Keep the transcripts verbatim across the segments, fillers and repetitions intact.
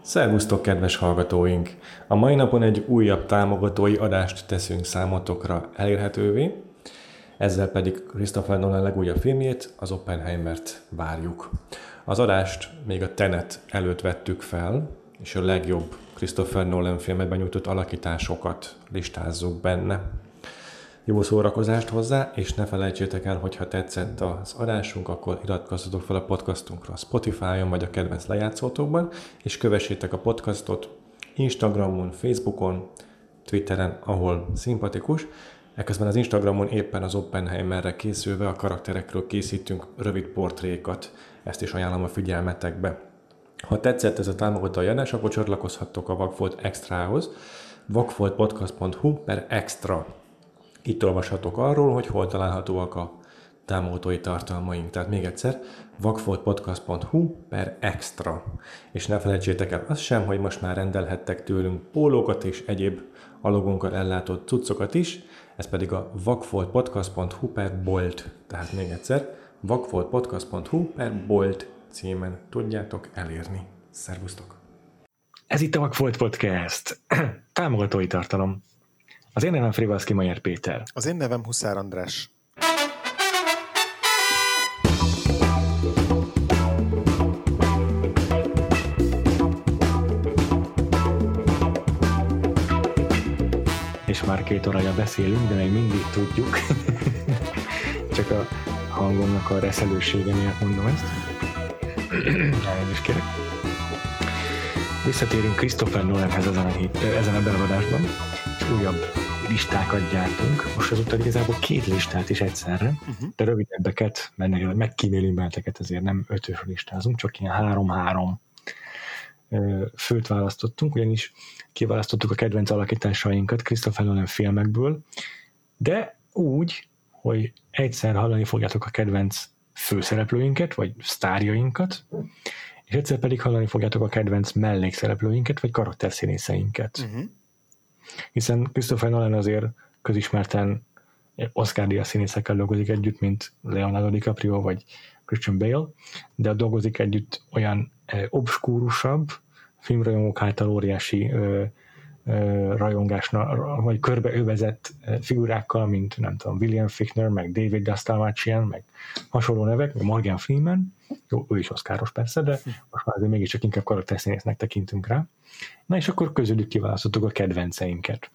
Szervusztok, kedves hallgatóink! A mai napon egy újabb támogatói adást teszünk számotokra elérhetővé, ezzel pedig Christopher Nolan legújabb filmjét, az Oppenheimert várjuk. Az adást még a Tenet előtt vettük fel, és a legjobb Christopher Nolan filmet benyújtott alakításokat listázzuk benne. Jó szórakozást hozzá, és ne felejtsétek el, hogy ha tetszett az adásunk, akkor iratkozzatok fel a podcastunkra a Spotify-on vagy a kedvenc lejátszótokban, és kövessétek a podcastot Instagramon, Facebookon, Twitteren, ahol szimpatikus. Ekközben az Instagramon éppen az Oppenheimerre készülve a karakterekről készítünk rövid portrékat. Ezt is ajánlom a figyelmetekbe. Ha tetszett ez a támogatói adás, akkor csatlakozhattok a Vagfolt Extrahoz. vagfoltpodcast pont hu per extra. Itt olvashatok arról, hogy hol találhatóak a támogatói tartalmaink. Tehát még egyszer, vagfoltpodcast pont hu per extra. És ne felejtsétek el azt sem, hogy most már rendelhettek tőlünk pólókat és egyéb alogónkkal ellátott cuccokat is, ez pedig a vagfoltpodcast pont hu per bolt. Tehát még egyszer, vagfoltpodcast pont hu per bolt címen tudjátok elérni. Szervusztok! Ez itt a Vagfolt Podcast. Támogatói tartalom. Az én nevem Frivalszki Mayer Péter. Az én nevem Huszár András. És már két órája beszélünk, de még mindig tudjuk. Csak a hangomnak a reszelősége miatt mondom ezt. Elnézést kérek. Visszatérünk Christopher Nolanhez ezen, a hét, ezen ebben az adásban. Újabb listákat gyártunk. Most azóta igazából két listát is egyszerre, uh-huh. de rövidebbeket, mert megkímélünk benneteket, ezért nem ötös listázunk, csak ilyen három-három főt választottunk, ugyanis kiválasztottuk a kedvenc alakításainkat Christopher Nolan filmekből, de úgy, hogy egyszer hallani fogjátok a kedvenc főszereplőinket, vagy sztárjainkat, és egyszer pedig hallani fogjátok a kedvenc mellékszereplőinket, vagy karakterszínészeinket. Uh-huh. Hiszen Christopher Nolan azért közismerten Oscar-díjas színészekkel dolgozik együtt, mint Leonardo DiCaprio vagy Christian Bale, de dolgozik együtt olyan eh, obskúrusabb, filmrajongók által óriási eh, eh, rajongásnak, vagy körbeövezett eh, figurákkal, mint nem tudom, William Fichtner, meg David Dastmalchian, meg hasonló nevek, meg Morgan Freeman, jó, ő is oszkáros persze, de most már azért mégiscsak inkább karakterszínésznek tekintünk rá. Na és akkor közülük kiválasztottuk a kedvenceinket.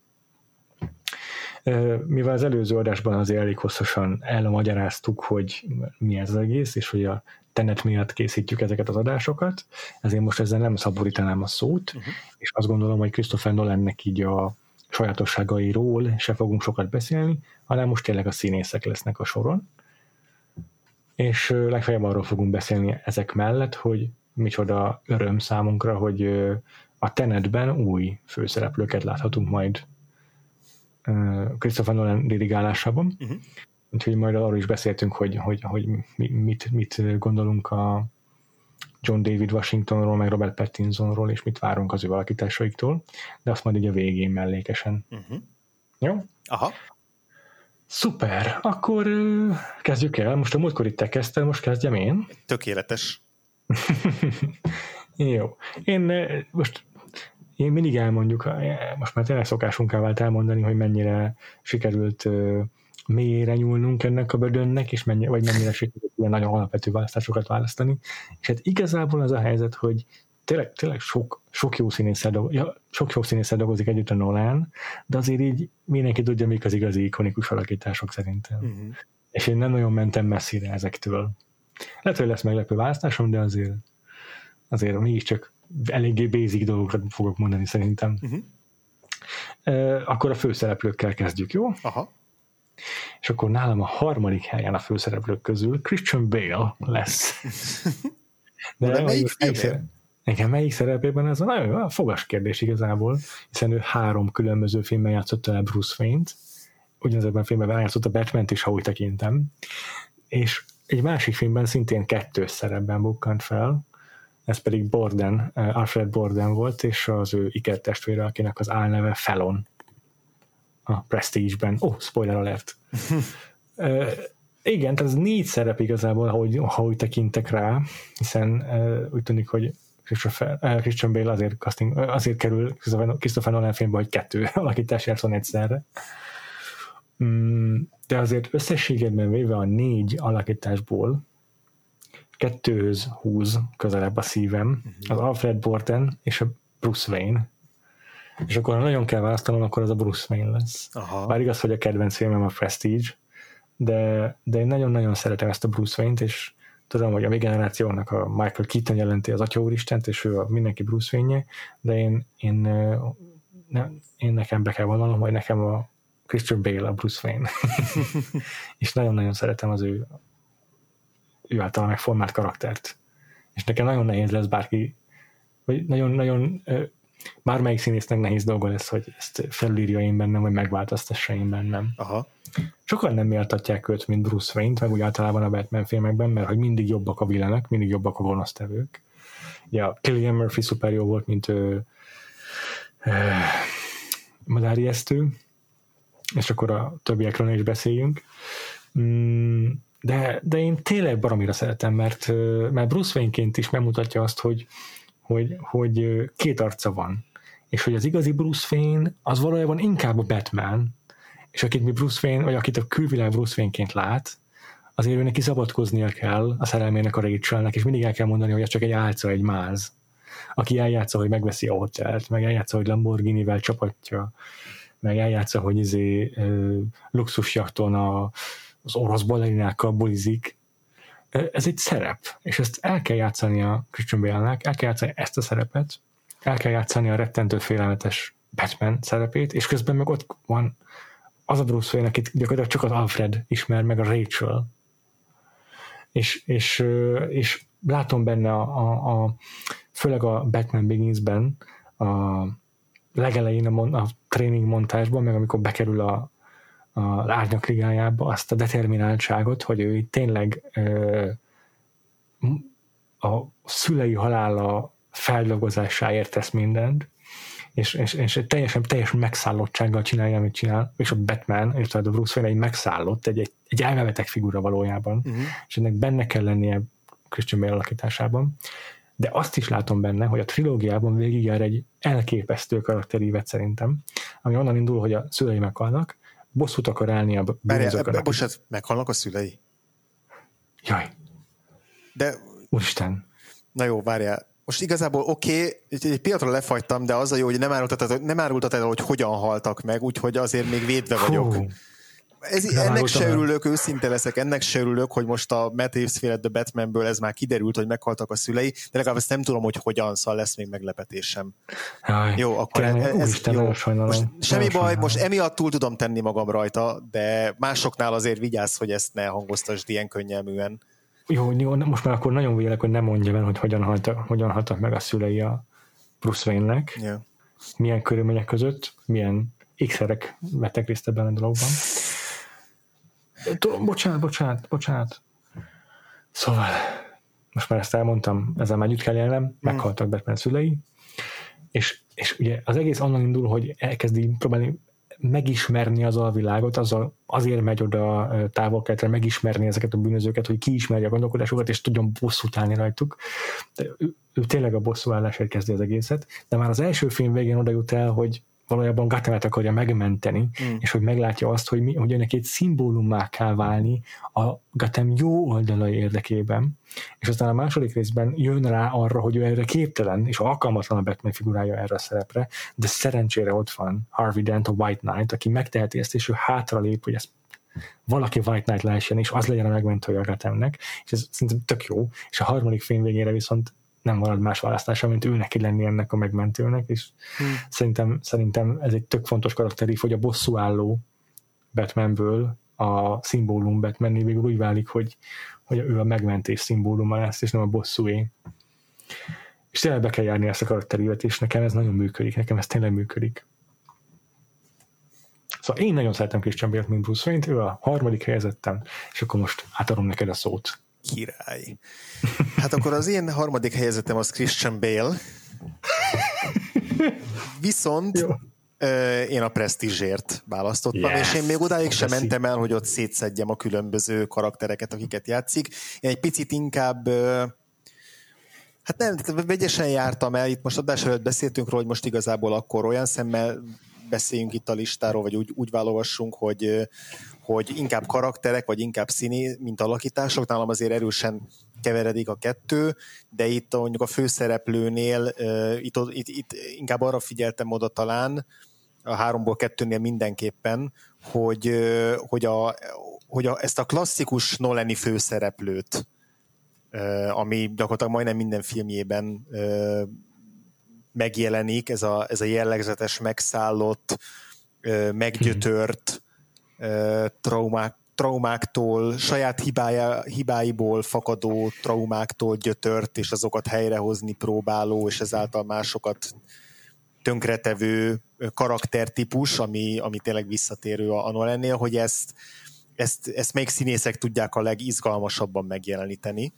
Mivel az előző adásban azért elég hosszasan elmagyaráztuk, hogy mi ez az egész, és hogy a Tenet miatt készítjük ezeket az adásokat, ezért most ezzel nem szaborítanám a szót, uh-huh. és azt gondolom, hogy Christopher Nolannek így a sajátosságairól se fogunk sokat beszélni, hanem most tényleg a színészek lesznek a soron, és legfeljebb arról fogunk beszélni ezek mellett, hogy micsoda öröm számunkra, hogy a Tenetben új főszereplőket láthatunk majd Christopher Nolan dirigálásában. Uh-huh. Úgyhogy majd arról is beszéltünk, hogy, hogy, hogy mit, mit gondolunk a John David Washingtonról, meg Robert Pattinsonról, és mit várunk az ő alakításaiktól, de azt majd így a végén mellékesen. Uh-huh. Jó? Aha. Szuper, akkor kezdjük el. Most a múltkor itt te kezdtem, most kezdjem én. Tökéletes. Jó. Én most én mindig elmondjuk, most már tényleg szokásunká vált elmondani, hogy mennyire sikerült uh, mélyére nyúlnunk ennek a bödönnek, és mennyi, vagy mennyire sikerült ilyen nagyon alapvető választásokat választani. És hát igazából az a helyzet, hogy tényleg, tényleg sok, sok jó színésszel dolgozik, ja, sok jó színésszel dolgozik együtt a Nolan, de azért így mindenki tudja, mik az igazi ikonikus alakítások szerintem. Uh-huh. És én nem nagyon mentem messzire ezektől. Lehet, hogy lesz meglepő választásom, de azért azért mégiscsak eléggé basic dolgokat fogok mondani szerintem. Uh-huh. Uh, akkor a főszereplőkkel kezdjük, jó? Aha. És akkor nálam a harmadik helyen a főszereplők közül Christian Bale lesz. De, de melyik filmben? Igen, melyik szerepében ez a nagyon fogas kérdés igazából, hiszen ő három különböző filmben játszotta el Bruce Wayne-t, ugyanezekben a filmben játszott a Batman-t is, ha úgy tekintem, és egy másik filmben szintén kettős szerepben bukkant fel, ez pedig Borden, Alfred Borden volt, és az ő ikertestvére, akinek az álneve Fallon a Prestige-ben. Ó, oh, spoiler alert! uh, igen, tehát ez négy szerep igazából, ahogy, ahogy tekintek rá, hiszen uh, úgy tűnik, hogy Christian Bale azért, casting, azért kerül Christopher Nolan filmbe, hogy kettő alakítás játszon egyszerre. De azért összességében véve a négy alakításból kettőhöz húz közelebb a szívem, az Alfred Borden és a Bruce Wayne. És akkor ha nagyon kell választanom, akkor az a Bruce Wayne lesz. Aha. Bár igaz, hogy a kedvenc filmem a Prestige, de, de én nagyon-nagyon szeretem ezt a Bruce Wayne-t, és tudom, hogy a mi generációnak a Michael Keaton jelenti az Atya Úristent, és ő a mindenki Bruce Wayne-je, de én, én, ne, én nekem be kell vallanom, hogy nekem a Christian Bale a Bruce Wayne. És nagyon-nagyon szeretem az ő, ő által megformált karaktert. És nekem nagyon nehéz lesz bárki, vagy nagyon-nagyon bármelyik színésznek nehéz dolga lesz, hogy ezt felülírja én bennem, vagy megváltoztassa én bennem. Aha. Sokan nem méltatják őt, mint Bruce Wayne-t, meg úgy általában a Batman filmekben, mert hogy mindig jobbak a villainok, mindig jobbak a gonosztevők. Ugye a Cillian Murphy szuper jó volt, mint ő, ö, madáriesztő, és akkor a többiekről is beszéljünk. Mm, de, de én tényleg baromira szeretem, mert, mert Bruce Wayne-ként is megmutatja azt, hogy, hogy, hogy két arca van, és hogy az igazi Bruce Wayne az valójában inkább a Batman, és akit mi Bruce Wayne, vagy akit a külvilág Bruce Wayne-ként lát, azért ő neki szabadkoznia kell a szerelmének, a Rachelnek, és mindig el kell mondani, hogy ez csak egy álca, egy máz, aki eljátsza, hogy megveszi a hotelt, meg eljátsza, hogy Lamborghinivel csapatja, meg eljátsza, hogy izé, luxusjachton a, az orosz balerinákkal bulizik. Ez egy szerep, és ezt el kell játszani a Christian Bale-nek, el kell játszani ezt a szerepet, el kell játszani a rettentő félelmetes Batman szerepét, és közben meg ott van az a Bruce Wayne, akit gyakorlatilag csak az Alfred ismer, meg a Rachel. És, és, és látom benne a, a, a főleg a Batman Begins-ben a legelején a, mon, a tréning montásban, meg amikor bekerül a, a árnyak ligájába, azt a determináltságot, hogy ő tényleg ö, a szülei halála feldolgozásáért tesz mindent, és, és, és teljesen, teljesen megszállottsággal csinálja, amit csinál, és a Batman, és a Bruce Wayne egy megszállott, egy, egy, egy elmebetek figura valójában, uh-huh. és ennek benne kell lennie Christian Bale alakításában, de azt is látom benne, hogy a trilógiában végigjár egy elképesztő karakterívet szerintem, ami onnan indul, hogy a szülei meghalnak, bosszút akar állni a bűnözőkön. Bocsánat, meghalnak a szülei? Jaj. De... Úristen. Na jó, várjál. Most igazából oké, okay, egy pillanatra lefagytam, de az a jó, hogy nem árultatod, nem árultatod el, hogy hogyan haltak meg, úgyhogy azért még védve vagyok. Hú, ez, ennek se örülök, őszinte leszek, ennek se örülök, hogy most a Matt Reeves féle The Batmanből ez már kiderült, hogy meghaltak a szülei, de legalább ezt nem tudom, hogy hogyan, szóval lesz még meglepetésem. Jaj, jó, akkor ez, ez Úristen, jó. Most semmi baj, most emiatt túl tudom tenni magam rajta, de másoknál azért vigyázz, hogy ezt ne hangoztasd ilyen könnyelműen. Jó, jó, most már akkor nagyon vélek, hogy nem mondja benne, hogy hogyan haltak, hogyan haltak meg a szülei a Bruce Wayne-nek, yeah. milyen körülmények között, milyen x-erek vettek részt ebben a dologban. Bocsánat, bocsánat, bocsánat. Szóval, most már ezt elmondtam, ezzel már együtt kell élnem, meghaltak mm. Batman szülei, és, és ugye az egész onnan indul, hogy elkezdi próbálni megismerni az alvilágot, azzal azért megy oda távol-keletre megismerni ezeket a bűnözőket, hogy kiismerje a gondolkodásokat, és tudjon bosszút állni rajtuk. De ő, ő tényleg a bosszúállásért kezdi az egészet, de már az első film végén oda jut el, hogy valójában Gothamet akarja megmenteni, mm. és hogy meglátja azt, hogy, mi, hogy ennek egy szimbólummá kell válni a Gotham jó oldalai érdekében, és aztán a második részben jön rá arra, hogy ő erre képtelen, és alkalmatlan a Batman figurája erre a szerepre, de szerencsére ott van Harvey Dent, a White Knight, aki megteheti ezt, és ő hátralép, hogy ezt valaki White Knight lehessen, és az legyen a megmentője a Gothamnek, és ez szerintem tök jó, és a harmadik film végére viszont nem marad más választása, mint ő neki lenni ennek a megmentőnek, és hmm. szerintem, szerintem ez egy tök fontos karakterív, hogy a bosszúálló Batmanből a szimbólum Batmanné végül úgy válik, hogy, hogy ő a megmentés szimbóluma lesz, és nem a bosszúé. És tényleg be kell járni ezt a karakterívet, és nekem ez nagyon működik, nekem ez tényleg működik. Szóval én nagyon szeretem Christian Bale-t, mint Bruce Wayne-t, ő a harmadik helyezettem, és akkor most átadom neked a szót. Király. Hát akkor az én harmadik helyezettem az Christian Bale. Viszont euh, én a Prestige-ért választottam, yes, és én még odáig sem mentem el, hogy ott szétszedjem a különböző karaktereket, akiket játszik. Én egy picit inkább euh, Hát nem, vegyesen jártam el, itt most adás előtt beszéltünk róla, hogy most igazából akkor olyan szemmel beszéljünk itt a listáról, vagy úgy, úgy válogassunk, hogy, hogy inkább karakterek, vagy inkább színi, mint alakítások, nálam azért erősen keveredik a kettő, de itt mondjuk a főszereplőnél itt, itt, itt inkább arra figyeltem oda talán, a háromból kettőnél mindenképpen, hogy, hogy, a, hogy a, ezt a klasszikus Nolani főszereplőt, ami gyakorlatilag majdnem minden filmjében megjelenik, ez a, ez a jellegzetes, megszállott, meggyötört traumák, traumáktól, saját hibája, hibáiból fakadó traumáktól gyötört, és azokat helyrehozni próbáló, és ezáltal másokat tönkretevő karaktertípus, ami, ami tényleg visszatérő a Nolannél, hogy ezt, ezt, ezt még színészek tudják a legizgalmasabban megjeleníteni.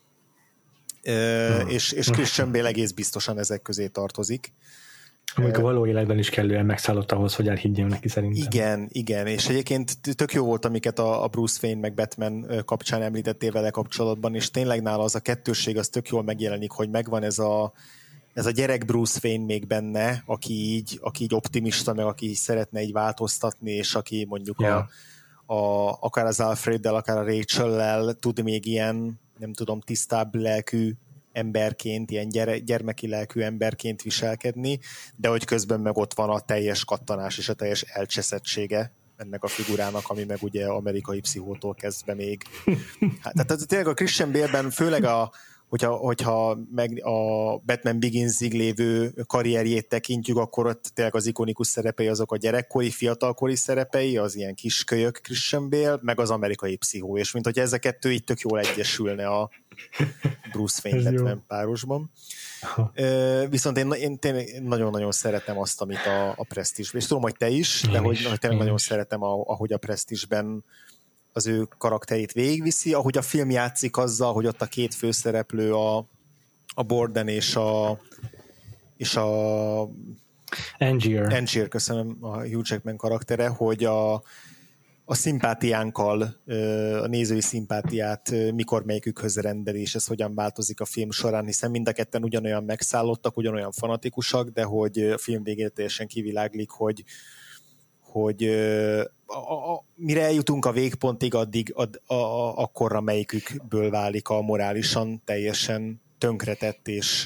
Hmm. És, és Christian Bale egész biztosan ezek közé tartozik. Amíg a való életben is kellően megszállott ahhoz, hogy elhiggyem neki szerintem. Igen, igen, és egyébként tök jó volt, amiket a Bruce Wayne meg Batman kapcsán említettél vele kapcsolatban, és tényleg nála az a kettősség az tök jól megjelenik, hogy megvan ez a, ez a gyerek Bruce Wayne még benne, aki így, aki így optimista, meg aki szeretne így változtatni, és aki mondjuk yeah. a, a, akár az Alfreddel, akár a Rachel-lel tud még ilyen, nem tudom, tisztább lelkű emberként, ilyen gyere, gyermeki lelkű emberként viselkedni, de hogy közben meg ott van a teljes kattanás és a teljes elcseszettsége ennek a figurának, ami meg ugye amerikai pszichótól kezdve még. Hát, tehát tényleg a Christian Bale-ben főleg a hogyha, hogyha meg a Batman Begins-ig lévő karrierjét tekintjük, akkor ott tényleg az ikonikus szerepei azok a gyerekkori, fiatalkori szerepei, az ilyen kiskölyök Christian Bale, meg az amerikai pszichó, és mint hogy ez a kettő így tök jól egyesülne a Bruce Wayne Batman párosban. Uh, viszont én, én tényleg nagyon-nagyon szeretem azt, amit a, a Prestige-ben, és tudom, hogy te is, de hogy, hogy tényleg nagyon is. szeretem, ahogy a Prestige-ben az ő karakterét végigviszi, ahogy a film játszik azzal, hogy ott a két főszereplő, a, a Borden és a és a Angier. Angier, köszönöm, a Hugh Jackman karaktere, hogy a, a szimpátiánkkal, a nézői szimpátiát mikor melyikükhöz rendeli, és ez hogyan változik a film során, hiszen mind a ketten ugyanolyan megszállottak, ugyanolyan fanatikusak, de hogy a film végén teljesen kiviláglik, hogy hogy a, a, mire eljutunk a végpontig, addig ad, a, a, akkorra melyikükből válik a morálisan teljesen tönkretett és,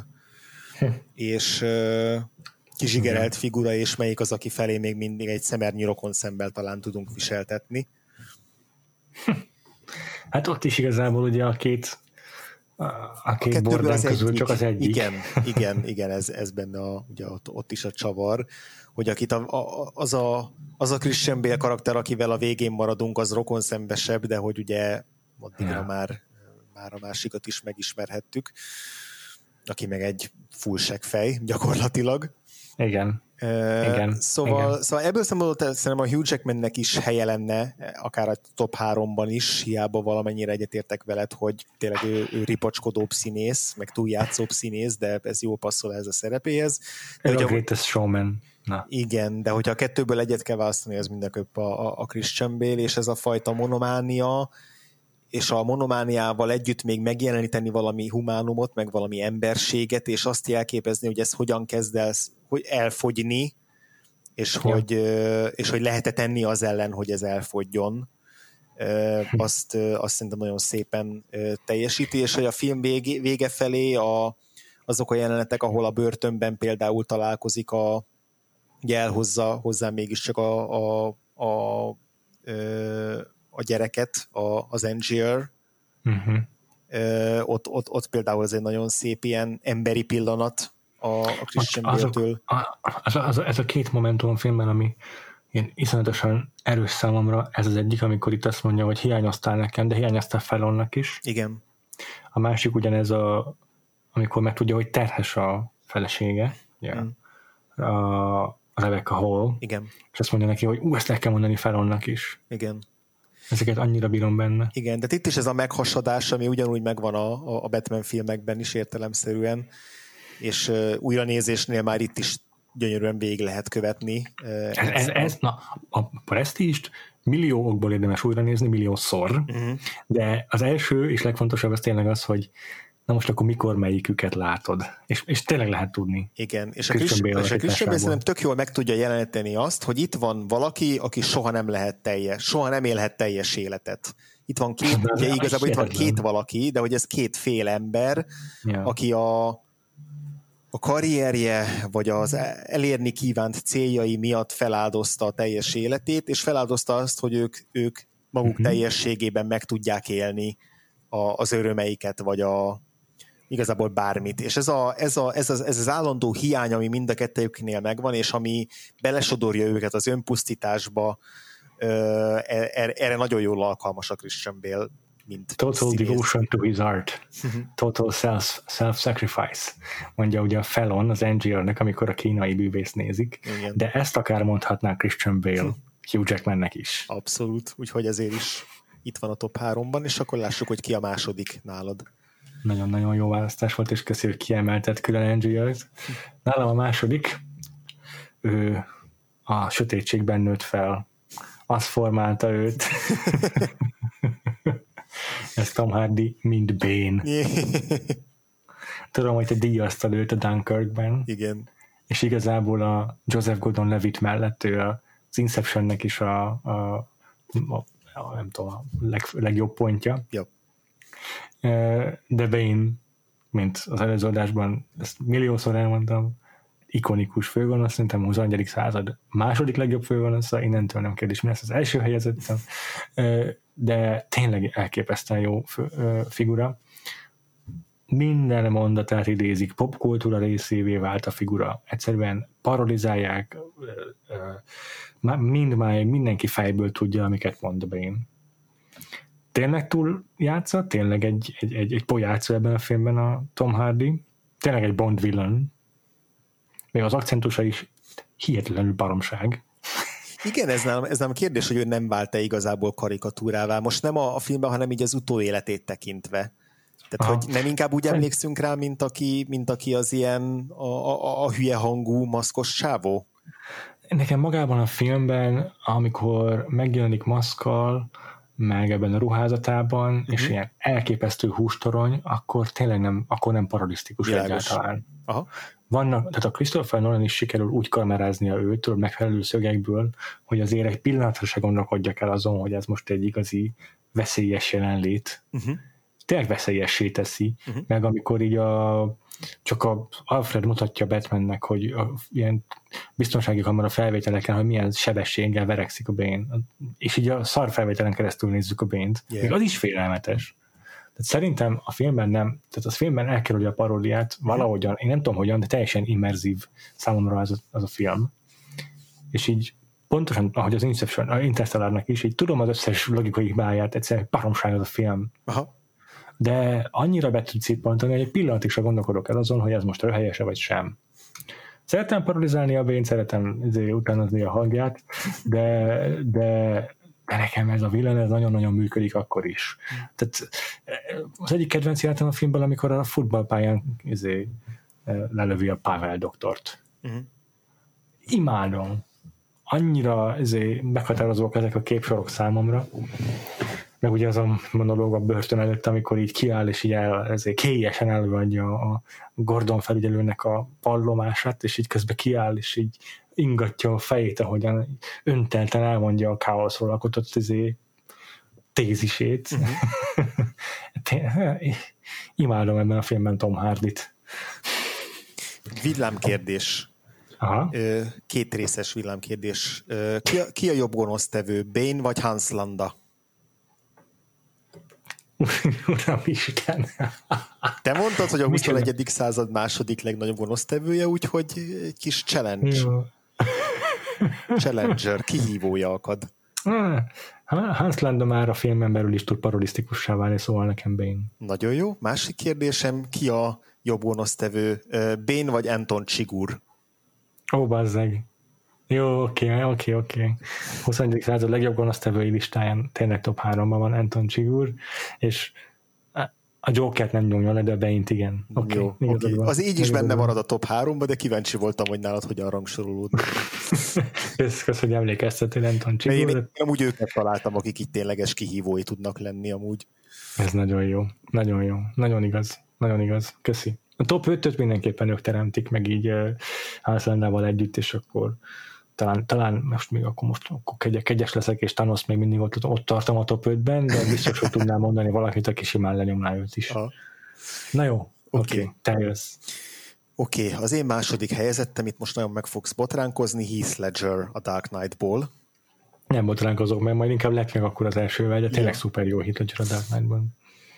és kizsigerelt figura, és melyik az, aki felé még mindig egy szemernyi rokon szemmel talán tudunk viseltetni. Hát ott is igazából ugye a két a két Borden közül csak az egyik. Igen, igen, igen ez, ez benne a, ugye ott, ott is a csavar, hogy akit a, a, az, a, az a Christian Bale karakter, akivel a végén maradunk, az rokonszembesebb, de hogy ugye addigra ja. már, már a másikat is megismerhettük, aki meg egy full seggfej gyakorlatilag. Igen. Uh, igen. Szóval, igen. szóval ebből szempontból szerintem a Hugh Jackmannek is helye lenne, akár a top háromban is, hiába valamennyire egyetértek veled, hogy tényleg ő, ő ripacskodobb színész, meg túljátszóbb színész, de ez jól passzol ez a szerepéhez. De a Greatest Showman. Na. Igen, de hogyha a kettőből egyet kell választani, az mindenképp a, a, a Christian Bale, és ez a fajta monománia, és a monomániával együtt még megjeleníteni valami humánumot, meg valami emberséget, és azt jelképezni, hogy ez hogyan kezd el hogy elfogyni, és, ja. hogy, és hogy lehet-e tenni az ellen, hogy ez elfogyjon. Azt, azt szerintem nagyon szépen teljesíti, és hogy a film vége, vége felé a, azok a jelenetek, ahol a börtönben például találkozik a ugye elhozza hozzá mégiscsak a, a, a, a gyereket, a, az Angier. Uh-huh. Ott, ott, ott például ez egy nagyon szép ilyen emberi pillanat a, a Christian Bale-től. Az, az, ez a két momentum a filmben, ami ilyen iszonyatosan erős számomra, ez az egyik, amikor itt azt mondja, hogy hiányoztál nekem, de hiányoztál Fallonnak is. Igen. A másik ugyanez, a, amikor megtudja, hogy terhes a felesége, yeah. mm. a Rebecca Hall. Igen. És azt mondja neki, hogy ú, ezt el kell mondani Fallonnak is. Igen. Ezeket annyira bírom benne. Igen, de itt is ez a meghasadás, ami ugyanúgy megvan a, a Batman filmekben is értelemszerűen, és uh, újranézésnél már itt is gyönyörűen végig lehet követni. Uh, ez, ez, ez, na, a Prestige-t millió okból érdemes újranézni, milliószor, uh-huh. de az első és legfontosabb az tényleg az, hogy na most akkor mikor melyiküket látod? És, és tényleg lehet tudni. Igen, és a Christian Bale szerintem tök jól meg tudja jeleníteni azt, hogy itt van valaki, aki soha nem lehet teljes, soha nem élhet teljes életet. Itt van két, ugye igazából itt van két valaki, de hogy ez két fél ember, ja. aki a, a karrierje, vagy az elérni kívánt céljai miatt feláldozta a teljes életét, és feláldozta azt, hogy ők, ők maguk uh-huh. teljességében meg tudják élni a, az örömeiket, vagy a igazából bármit. És ez, a, ez, a, ez, az, ez az állandó hiány, ami mind a kettőjüknél megvan, és ami belesodorja őket az önpusztításba, erre, erre nagyon jól alkalmas a Christian Bale, mint Total színész. devotion to his art. Total self, self-sacrifice. Mondja ugye a Fallon az en gé er-nek, amikor a kínai bűvész nézik. Igen. De ezt akár mondhatná Christian Bale hm. Hugh Jackmannek is. Abszolút, úgyhogy ezért is itt van a top háromban, és akkor lássuk, hogy ki a második nálad. Nagyon-nagyon jó választás volt, és köszi, hogy kiemelted külön en gé er-t. Nálam a második, ő a sötétségben nőtt fel. Az formálta őt. Ez Tom Hardy, mint Bane. Tudom, hogy te díjaztad őt a Dunkirkben. Igen. És igazából a Joseph Gordon-Levitt mellett ő az Inceptionnek is a, a, a, a nem tudom, a leg, legjobb pontja. Yep. De Bane, mint az előző adásban, ezt milliószor elmondtam, ikonikus főgonosz, szerintem a huszonegyedik század második legjobb főgonosza, innentől nem kérdés, mi lesz az első helyezettem, de tényleg elképesztően jó figura. Minden mondatát idézik, popkultúra részévé vált a figura. Egyszerűen parodizálják, mindmáig mindenki fejből tudja, amiket mond Bane. Tényleg túl játszott, tényleg egy, egy, egy, egy pojácó ebben a filmben a Tom Hardy, tényleg egy Bond villain, még az akcentusa is hihetetlenül baromság. Igen, ez nem, ez nem kérdés, hogy ő nem vált-e igazából karikatúrává. Most nem a, a filmben, hanem így az utóéletét tekintve. Tehát, Aha. hogy nem inkább úgy emlékszünk rá, mint aki, mint aki az ilyen a, a, a hülye hangú maszkos csávó? Nekem magában a filmben, amikor megjelenik maszkkal, meg ebben a ruházatában, uh-huh. és ilyen elképesztő hústorony, akkor tényleg nem, akkor nem parodisztikus egyáltalán. Aha. Vannak, tehát a Christopher Nolan is sikerül úgy kameráznia őtől, megfelelő szögekből, hogy azért egy pillanatra se gondolkodjak el azon, hogy ez most egy igazi veszélyes jelenlét. Uh-huh. Tényleg veszélyessé teszi, uh-huh. meg amikor így a, csak a Alfred mutatja Batmannek, hogy a, ilyen biztonsági kamera felvételeken, hogy milyen sebességgel verekszik a Bane. És így a szar felvételen keresztül nézzük a Bane-t. Yeah. Még az is félelmetes. Tehát szerintem a filmben nem, tehát a filmben elkerülje a paródiát valahogyan, én nem tudom hogyan, de teljesen immerzív számomra az a, az a film. És így pontosan, ahogy az Inception, a Interstellárnak is, így tudom az összes logikai hibáját, egyszerűen baromság az a film. Aha. De annyira be tud szétpontani, hogy egy pillanatig sem gondolkodok el azon, hogy ez most röhelyese vagy sem. Szeretem parodizálni a Bane-t, szeretem utánozni a hangját, de, de, de nekem ez a villan, ez nagyon-nagyon működik akkor is. Tehát az egyik kedvenc jelenetem a filmben, amikor a futballpályán izé, lelövi a Pavel doktort. Uh-huh. Imádom. Annyira izé, meghatározók ezek a képsorok számomra. Meg ugye az a monológ a börtön előtt, amikor így kiáll, és így el, ezért kélyesen előadja a Gordon felügyelőnek a pallomását, és így közben kiáll, és így ingatja a fejét, ahogyan öntelten elmondja a káoszról alkotott izé, tézisét. Uh-huh. Imádom ebben a filmben Tom Hardyt. Villámkérdés. Aha. Két részes villámkérdés. Ki a, ki a jobb gonosztevő, Bane vagy Hans Landa? Uramisten. Te mondtad, hogy a huszonegyedik század második legnagyobb gonosztevője, úgyhogy egy kis challenge. Jó. Challenger, kihívója akad. Hans Landa már a filmen belül is tud parodisztikussá válni, szóval nekem Bane. Nagyon jó. Másik kérdésem, ki a jobb gonosztevő, Bane vagy Anton Chigurh? Ó, bazzeg. Jó, oké, oké, oké. huszonegyedik század legjobb gonosztevői listáján tényleg top háromban van Anton Chigurh, és a Jokert nem nyomja le, de a Bane-t igen. Okay, jó, okay. Az így is benne marad a top háromba, de kíváncsi voltam, hogy nálad hogyan rangsorolódnak. Kösz, hogy emlékeztetél Anton Chigurh. Én, én amúgy őket találtam, akik itt tényleges kihívói tudnak lenni amúgy. Ez nagyon jó, nagyon jó, nagyon igaz. nagyon igaz, köszi. A top ötöt mindenképpen ők teremtik meg így Áslandával együtt, és akkor talán, talán most még akkor most akkor kegyes, kegyes leszek, és Thanos még mindig ott, ott tartom a top ötben, de biztos, hogy tudnám mondani valakit, aki simán lenyomná őt is. Aha. Na jó, oké, okay, te jössz. Oké, okay, az én második helyezettem, itt most nagyon meg fogsz botránkozni, Heath Ledger a Dark Knight-ból. Nem botránkozok, mert majd inkább lett meg akkor az elsővel, de tényleg ja. szuper jó Heath Ledger a Dark Knight-ban.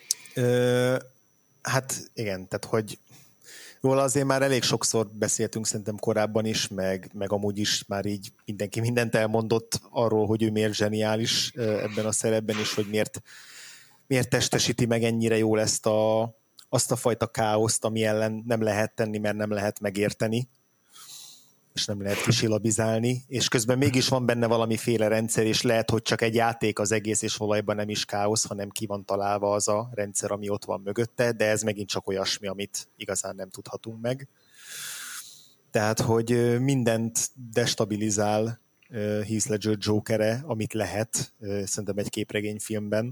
Ö, hát igen, tehát hogy róla azért már elég sokszor beszéltünk szerintem korábban is, meg, meg amúgy is már így mindenki mindent elmondott arról, hogy ő miért zseniális ebben a szerepben, és hogy miért, miért testesíti meg ennyire jól ezt a, azt a fajta káoszt, ami ellen nem lehet tenni, mert nem lehet megérteni, és nem lehet kisilabizálni, és közben mégis van benne valamiféle rendszer, és lehet, hogy csak egy játék az egész, és valójában nem is káosz, hanem ki van találva az a rendszer, ami ott van mögötte, de ez megint csak olyasmi, amit igazán nem tudhatunk meg. Tehát, hogy mindent destabilizál Heath Ledger Jokere, amit lehet, szerintem egy képregényfilmben.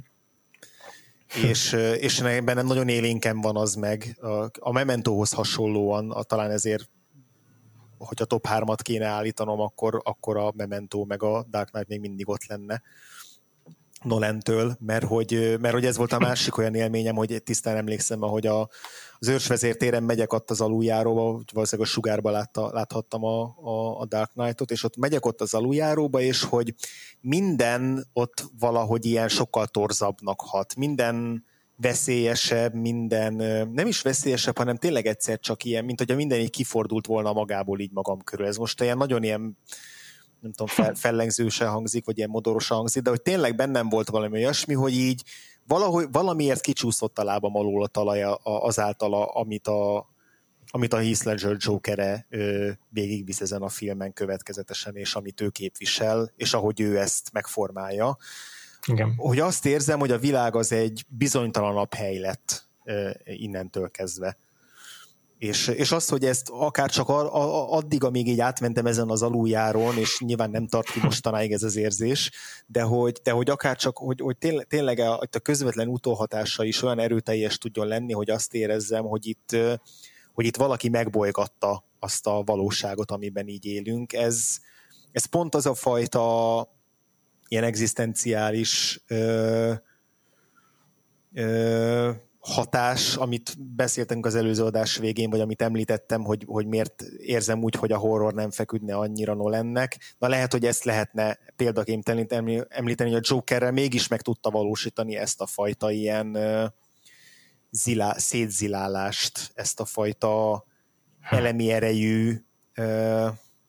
és, és bennem nagyon élénken van az meg, a, a Mementóhoz hasonlóan, a, talán ezért hogyha top hármat kéne állítanom, akkor, akkor a Memento meg a Dark Knight még mindig ott lenne Nolantől, mert hogy, mert hogy ez volt a másik olyan élményem, hogy tisztán emlékszem, ahogy a, az őrsvezértéren megyek ott az aluljáróba, valószínűleg a Sugárba látta, láthattam a, a, a Dark Knight-ot, és ott megyek ott az aluljáróba, és hogy minden ott valahogy ilyen sokkal torzabbnak hat, minden veszélyesebb, minden, nem is veszélyesebb, hanem tényleg egyszer csak ilyen, mint hogyha minden így kifordult volna magából így magam körül. Ez most ilyen nagyon ilyen, nem tudom, fel, fellengzősen hangzik, vagy ilyen modorosan hangzik, de hogy tényleg bennem volt valami olyasmi, hogy így valahogy, valamiért kicsúszott a lábam alól a talaja azáltal, amit a, amit a Heath Ledger Jokere végigvisz ezen a filmen következetesen, és amit ő képvisel, és ahogy ő ezt megformálja. Igen. Hogy azt érzem, hogy a világ az egy bizonytalanabb hely lett innentől kezdve. És, és az, hogy ezt akár csak a, a, addig, amíg így átmentem ezen az aluljáron, és nyilván nem tart ki mostanáig ez az érzés, de hogy, de hogy akár csak, hogy, hogy tényleg, tényleg a, a közvetlen utóhatása is olyan erőteljes tudjon lenni, hogy azt érezzem, hogy itt, hogy itt valaki megbolygatta azt a valóságot, amiben így élünk. Ez, ez pont az a fajta ilyen egzisztenciális ö, ö, hatás, amit beszéltünk az előző adás végén, vagy amit említettem, hogy, hogy miért érzem úgy, hogy a horror nem feküdne annyira Nolannek. Na lehet, hogy ezt lehetne példaként említeni, hogy a Jokerrel mégis meg tudta valósítani ezt a fajta ilyen ö, zilá, szétzilálást, ezt a fajta elemi erejű ö,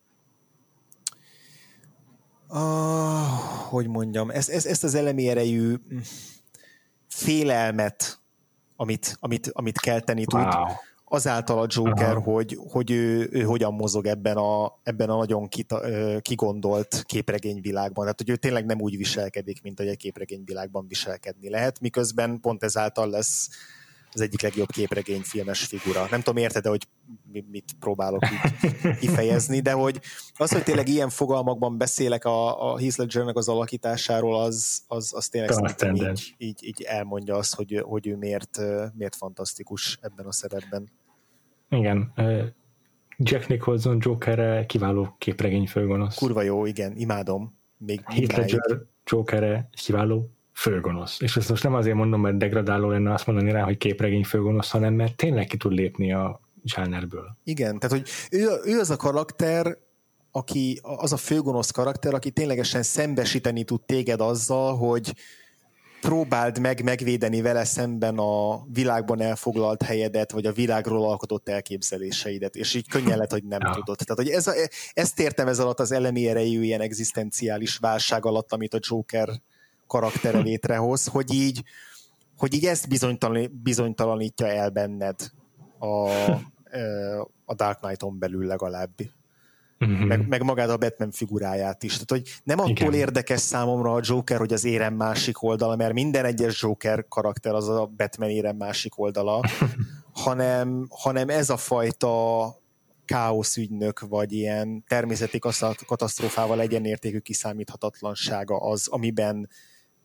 Ah, hogy mondjam, ezt, ezt, ezt az elemi erejű félelmet, amit, amit, amit kelteni tud, wow. azáltal a Joker, uh-huh. hogy, hogy ő, ő hogyan mozog ebben a, ebben a nagyon kita, kigondolt képregényvilágban. Tehát, hogy ő tényleg nem úgy viselkedik, mint hogy egy képregényvilágban viselkedni lehet, miközben pont ezáltal lesz az egyik legjobb képregényfilmes figura. Nem tudom, érted, hogy mit próbálok így kifejezni, de hogy az, hogy tényleg ilyen fogalmakban beszélek a, a Heath Ledgernek az alakításáról, az, az, az tényleg így, így, így elmondja azt, hogy, hogy ő miért, miért fantasztikus ebben a szerepben. Igen. Jack Nicholson Jokerre kiváló képregény főgonosz. Kurva jó, igen, imádom. Még Heath Ledger Jokerre kiváló főgonosz. És ezt most nem azért mondom, mert degradáló lenne azt mondani rá, hogy képregény főgonosz, hanem mert tényleg ki tud lépni a zsánerből. Igen, tehát hogy ő, ő az a karakter, aki, az a főgonosz karakter, aki ténylegesen szembesíteni tud téged azzal, hogy próbáld meg megvédeni vele szemben a világban elfoglalt helyedet, vagy a világról alkotott elképzeléseidet, és így könnyen lett, hogy nem ja. tudod. Tehát, hogy ez a, ezt értem ez alatt az elemi erejű ilyen egzisztenciális válság alatt, amit a Joker karaktere létrehoz, hogy így, hogy így ezt bizonytalan, bizonytalanítja el benned a, a Dark Knight-on belül legalább. Uh-huh. Meg, meg magát a Batman figuráját is. Tehát, hogy nem attól Igen. érdekes számomra a Joker, hogy az érem másik oldala, mert minden egyes Joker karakter az a Batman érem másik oldala, hanem, hanem ez a fajta káoszügynök, vagy ilyen természeti katasztrófával egyenértékű kiszámíthatatlansága az, amiben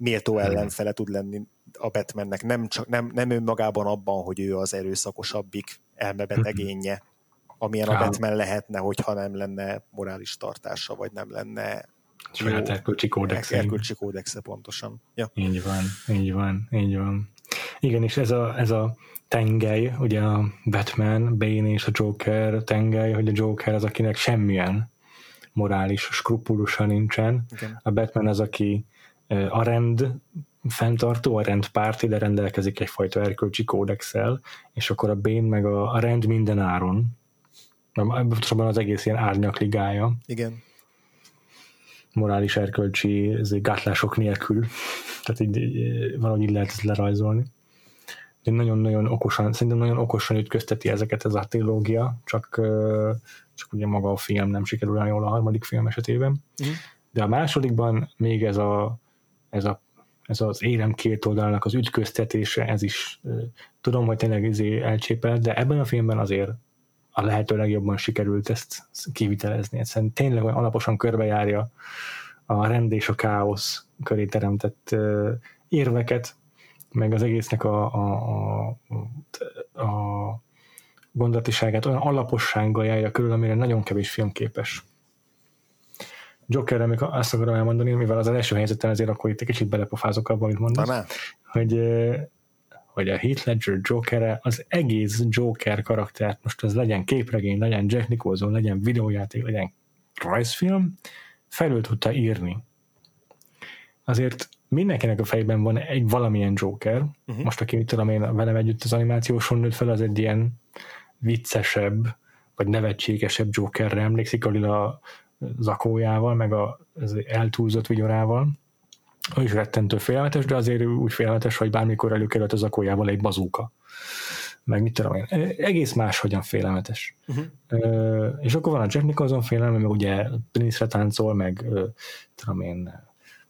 méltó ellenfele tud lenni a Batmannek. Nem, csak, nem, nem önmagában abban, hogy ő az erőszakosabbik elmebetegénye, amilyen a Batman lehetne, hogyha nem lenne morális tartása, vagy nem lenne saját erkölcsi kódexe. Erkölcsi kódexe, pontosan. Ja. Így van, így van, így van. Igen, és ez a, ez a tengely, ugye a Batman, Bane és a Joker tengely, hogy a Joker az, akinek semmilyen morális skrupulusa nincsen. Igen. A Batman az, aki a rend fenntartó, a rendpárti, de rendelkezik egyfajta erkölcsi kódexsel, és akkor a Bane meg a, a rend minden áron. Pontosabban az egész ilyen árnyakligája. Igen. Morális erkölcsi gátlások nélkül. Tehát így, így, valahogy így lehet ezt lerajzolni. De nagyon-nagyon okosan, szerintem nagyon okosan ütközteti ezeket ez a trilógia, csak, csak ugye maga a film nem sikerül olyan jól a harmadik film esetében. Uh-huh. De a másodikban még ez, a, ez, a, ez az érem két oldalának az ütköztetése, ez is tudom, hogy tényleg izé elcsépelt, de ebben a filmben azért a lehető legjobban sikerült ezt kivitelezni. Egyszerűen tényleg olyan alaposan körbejárja a rend és a káosz köré teremtett érveket, meg az egésznek a, a, a, a gondolatiságát olyan alapossággal járja körül, amire nagyon kevés film képes. Jokerre még azt akarom elmondani, mivel az első helyzeten azért akkor itt egy kicsit belepofázok abban, amit mondasz, hogy, hogy a Heath Ledger Jokere, az egész Joker karaktert, most az legyen képregény, legyen Jack Nicholson, legyen videójáték, legyen rajzfilm, felül tudta írni. Azért mindenkinek a fejben van egy valamilyen Joker. Uh-huh. Most, aki mit tudom én velem együtt az animációson nőtt fel, az egy ilyen viccesebb, vagy nevetségesebb Jokerre emlékszik, a lila zakójával, meg az eltúlzott vigyorával. Ő is rettentő félelmetes, de azért úgy félelmetes, hogy bármikor előkerült a zakójával egy bazúka. Meg mit tudom én. Egész máshogyan félelmetes. Uh-huh. Uh, és akkor van a Jack Nicholson félelme, meg ugye Prince-re táncol, meg uh, tudom én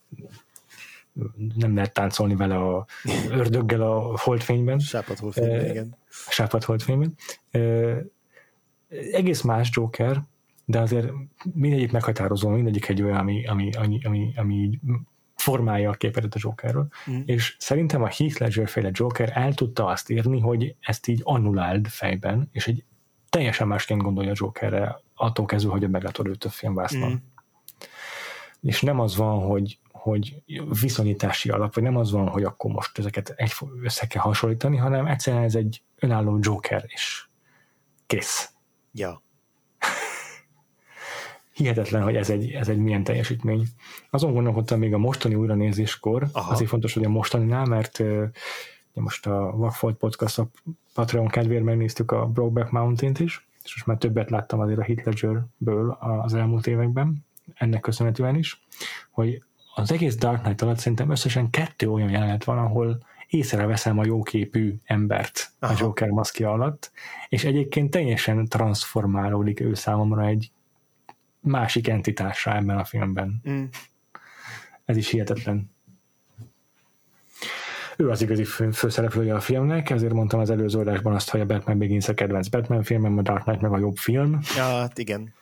nem lehet táncolni vele a ördöggel a holdfényben. Sápad holdfényben, uh, igen. Sápad holdfényben. Uh, egész más Joker, de azért mindegyik meghatározó, mindegyik egy olyan, ami, ami, ami, ami, ami formálja a képet a Jokerről. Mm. És szerintem a Heath Ledger féle Joker el tudta azt írni, hogy ezt így annuláld fejben, és egy teljesen másként gondolja a Jokerre, attól kezdve, hogy meglátod őt a filmvásznon. Mm. És nem az van, hogy hogy viszonyítási alap, vagy nem az van, hogy akkor most ezeket egy, össze kell hasonlítani, hanem egyszerűen ez egy önálló Joker, és kész. Ja. Hihetetlen, hogy ez egy, ez egy milyen teljesítmény. Azon gondolkodtam még a mostani újranézéskor, Aha. azért fontos, hogy a mostaninál, mert uh, most a Vagfolt Podcast a Patreon kedvéért megnéztük a Brokeback Mountain-t is, és most már többet láttam azért a Heath Ledgerből az elmúlt években, ennek köszönhetően is, hogy az egész Dark Knight alatt szerintem összesen kettő olyan jelenet van, ahol észreveszem a jóképű embert Aha. a Joker maszkja alatt, és egyébként teljesen transformálódik ő számomra egy másik entitássá ebben a filmben. Mm. Ez is hihetetlen. Ő az igazi fő, főszereplője a filmnek, ezért mondtam az előző adásban azt, hogy a Batman Begins a kedvenc Batman filmem, a Dark Knight meg a jobb film. Ja, hát igen.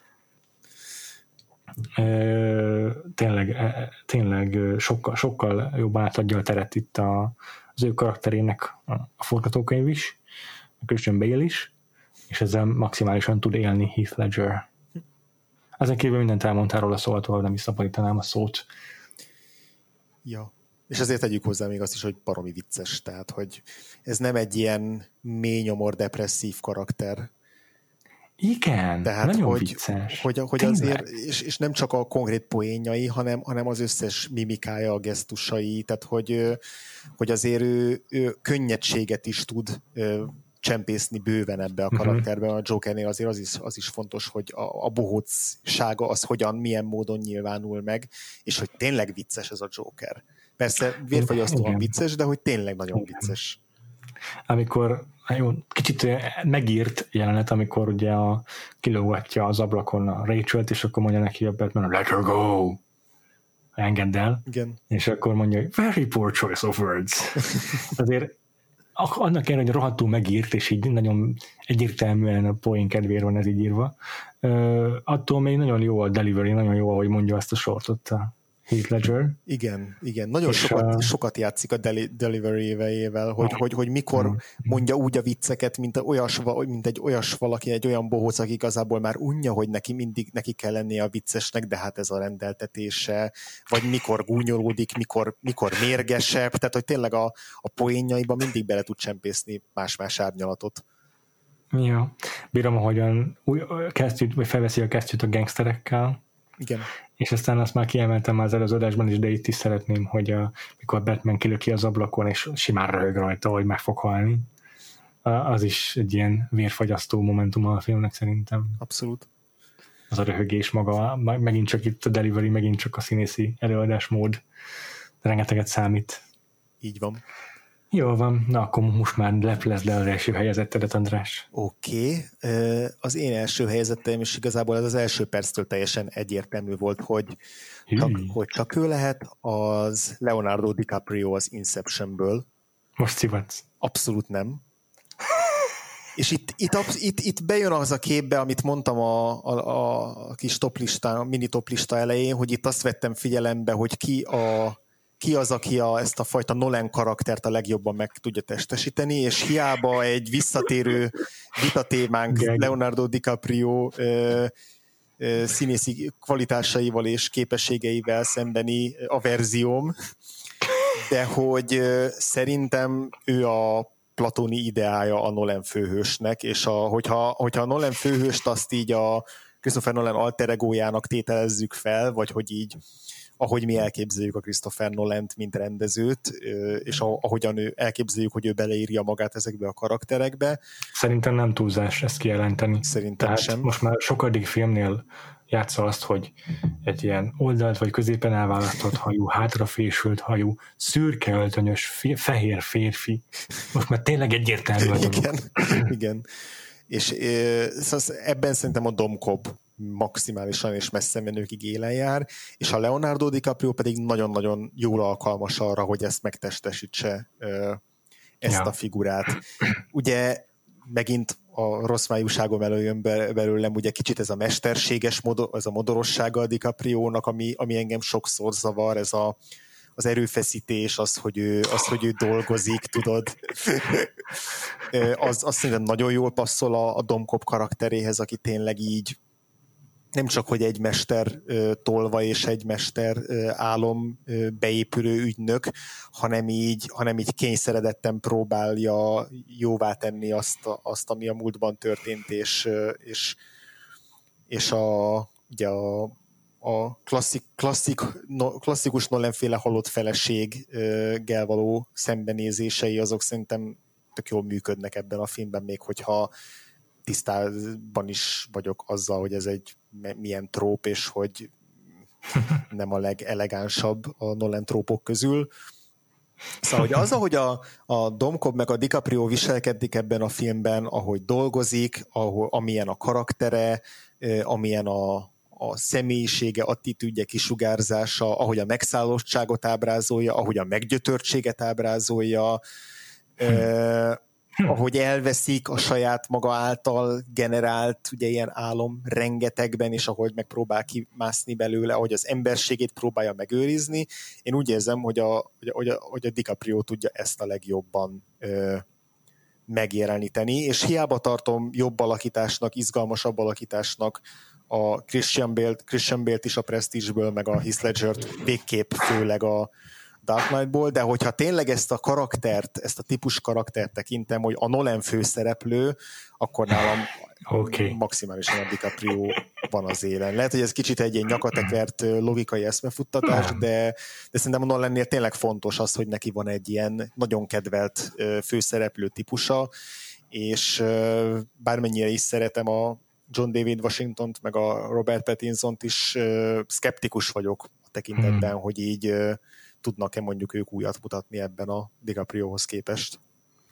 E, tényleg, e, tényleg sokkal, sokkal jobban átadja a teret itt a, az ő karakterének a forgatókönyv is, a Christian Bale is, és ezzel maximálisan tud élni Heath Ledger. Ezen kívül mindent elmondtál róla, szóval nem visszaparítanám a szót. Ja. És azért tegyük hozzá még azt is, hogy baromi vicces, tehát, hogy ez nem egy ilyen mély nyomor depresszív karakter. Igen, tehát, nagyon hogy, vicces. Hogy, hogy azért, és, és nem csak a konkrét poénjai, hanem, hanem az összes mimikája, a gesztusai, tehát hogy, hogy azért ő, ő könnyedséget is tud csempészni bőven ebbe a karakterben. A Jokernél azért az is, az is fontos, hogy a, a bohócsága az hogyan, milyen módon nyilvánul meg, és hogy tényleg vicces ez a Joker. Persze vérfagyasztóan vicces, de hogy tényleg nagyon Igen. vicces. Amikor, jó, kicsit megírt jelenet, amikor ugye a, kilógatja az ablakon a Rachelt, és akkor mondja neki a Batman, let her go! Engedd el. Igen. És akkor mondja, very poor choice of words. Azért annak ellenére, hogy rohadtul megírt, és így nagyon egyértelműen a poén kedvéért van ez így írva, uh, attól még nagyon jó a delivery, nagyon jó, ahogy mondja ezt a sortot a Heath Ledger. Igen, igen. Nagyon sokat, a... sokat játszik a deli- delivery-ével, hogy, hogy, hogy mikor mondja úgy a vicceket, mint, a olyas, mint egy olyas valaki, egy olyan bohóc, aki igazából már unja, hogy neki mindig neki kell lennie a viccesnek, de hát ez a rendeltetése, vagy mikor gúnyolódik, mikor, mikor mérgesebb, tehát hogy tényleg a, a poénjaiba mindig bele tud csempészni más-más árnyalatot. Ja, bírom, ahogyan új, kesztyűt, vagy felveszi a kesztyűt a gangsterekkel. Igen. És aztán azt már kiemeltem már az előző adásban is, de itt is szeretném, hogy a, mikor Batman kilöki az ablakon, és simán röhög rajta, hogy meg fog halni. Az is egy ilyen vérfagyasztó momentum a filmnek szerintem. Abszolút. Az a röhögés maga, megint csak itt a delivery, megint csak a színészi előadásmód. Rengeteget számít. Így van. Jól van, na akkor most már leplezd le az első helyezettedet, András. Oké, okay. Az én első helyezettem is igazából ez az első perctől teljesen egyértelmű volt, hogy csak, hogy csak ő lehet, az Leonardo DiCaprio az Inceptionből. Most szivatsz. Abszolút nem. És itt, itt, itt, itt bejön az a képbe, amit mondtam a, a, a kis toplista, a mini toplista elején, hogy itt azt vettem figyelembe, hogy ki a ki az, aki a, ezt a fajta Nolan karaktert a legjobban meg tudja testesíteni, és hiába egy visszatérő vitatémánk Leonardo DiCaprio ö, ö, színészi kvalitásaival és képességeivel szembeni averzióm, de hogy ö, szerintem ő a platoni ideája a Nolan főhősnek, és a, hogyha, hogyha a Nolan főhőst azt így a Christopher Nolan alter egójának tételezzük fel, vagy hogy így ahogy mi elképzeljük a Christopher Nolant, mint rendezőt, és ahogyan ő elképzeljük, hogy ő beleírja magát ezekbe a karakterekbe. Szerintem nem túlzás ezt kijelenteni. Szerintem Tehát sem. Most már sokadik filmnél játsza azt, hogy egy ilyen oldalt vagy középen elválasztott hajú, hátrafésült hajú, szürke öltönyös, fi- fehér férfi. Most már tényleg egyértelmű a dolog. Igen, igen. És ebben szerintem a Domkop maximálisan és messze menőkig élen jár, és a Leonardo DiCaprio pedig nagyon-nagyon jól alkalmas arra, hogy ezt megtestesítse, ezt ja. a figurát. Ugye megint a rossz májúságom előjön belőlem, ugye kicsit ez a mesterséges, modor, ez a modorossága a DiCapriónak, ami, ami engem sokszor zavar, ez a, az erőfeszítés, az, hogy ő, az, hogy ő dolgozik, tudod. az, az szerintem nagyon jól passzol a, a Domkop karakteréhez, aki tényleg így nem csak, hogy egy mester tolva és egy mester álom beépülő ügynök, hanem így, hanem így kényszeredetten próbálja jóvá tenni azt, azt ami a múltban történt, és, és, és a, ugye a, a klasszik, klasszik, no, klasszikus Nolan-féle halott feleséggel való szembenézései, azok szerintem tök jól működnek ebben a filmben, még hogyha tisztában is vagyok azzal, hogy ez egy milyen tróp, és hogy nem a legelegánsabb a Nolan trópok közül. Szóval, hogy az, ahogy a, a Domkop meg a DiCaprio viselkedik ebben a filmben, ahogy dolgozik, ahol, amilyen a karaktere, amilyen a, a személyisége, attitűdje, kisugárzása, ahogy a megszállottságot ábrázolja, ahogy a meggyötörtséget ábrázolja, hmm. Hm. ahogy elveszik a saját maga által generált ugye ilyen álom rengetegben, és ahogy megpróbál kimászni belőle, ahogy az emberségét próbálja megőrizni. Én úgy érzem, hogy a, hogy a, hogy a DiCaprio tudja ezt a legjobban ö, megjeleníteni, és hiába tartom jobb alakításnak, izgalmasabb alakításnak a Christian Bale-t, Christian Bale-t is a Prestige-ből, meg a Heath Ledgert végképp főleg a Dark Knight-ból, de hogyha tényleg ezt a karaktert, ezt a típus karaktert tekintem, hogy a Nolan főszereplő, akkor nálam okay. maximálisan a DiCaprio van az élen. Lehet, hogy ez kicsit egy ilyen nyakatekert logikai eszmefuttatás, de, de szerintem a Nolannél tényleg fontos az, hogy neki van egy ilyen nagyon kedvelt főszereplő típusa, és bármennyire is szeretem a John David Washingtont, meg a Robert Pattinsont is, szkeptikus vagyok a tekintetben, hmm. hogy így tudnak-e mondjuk ők újat mutatni ebben a DiCapriohoz képest.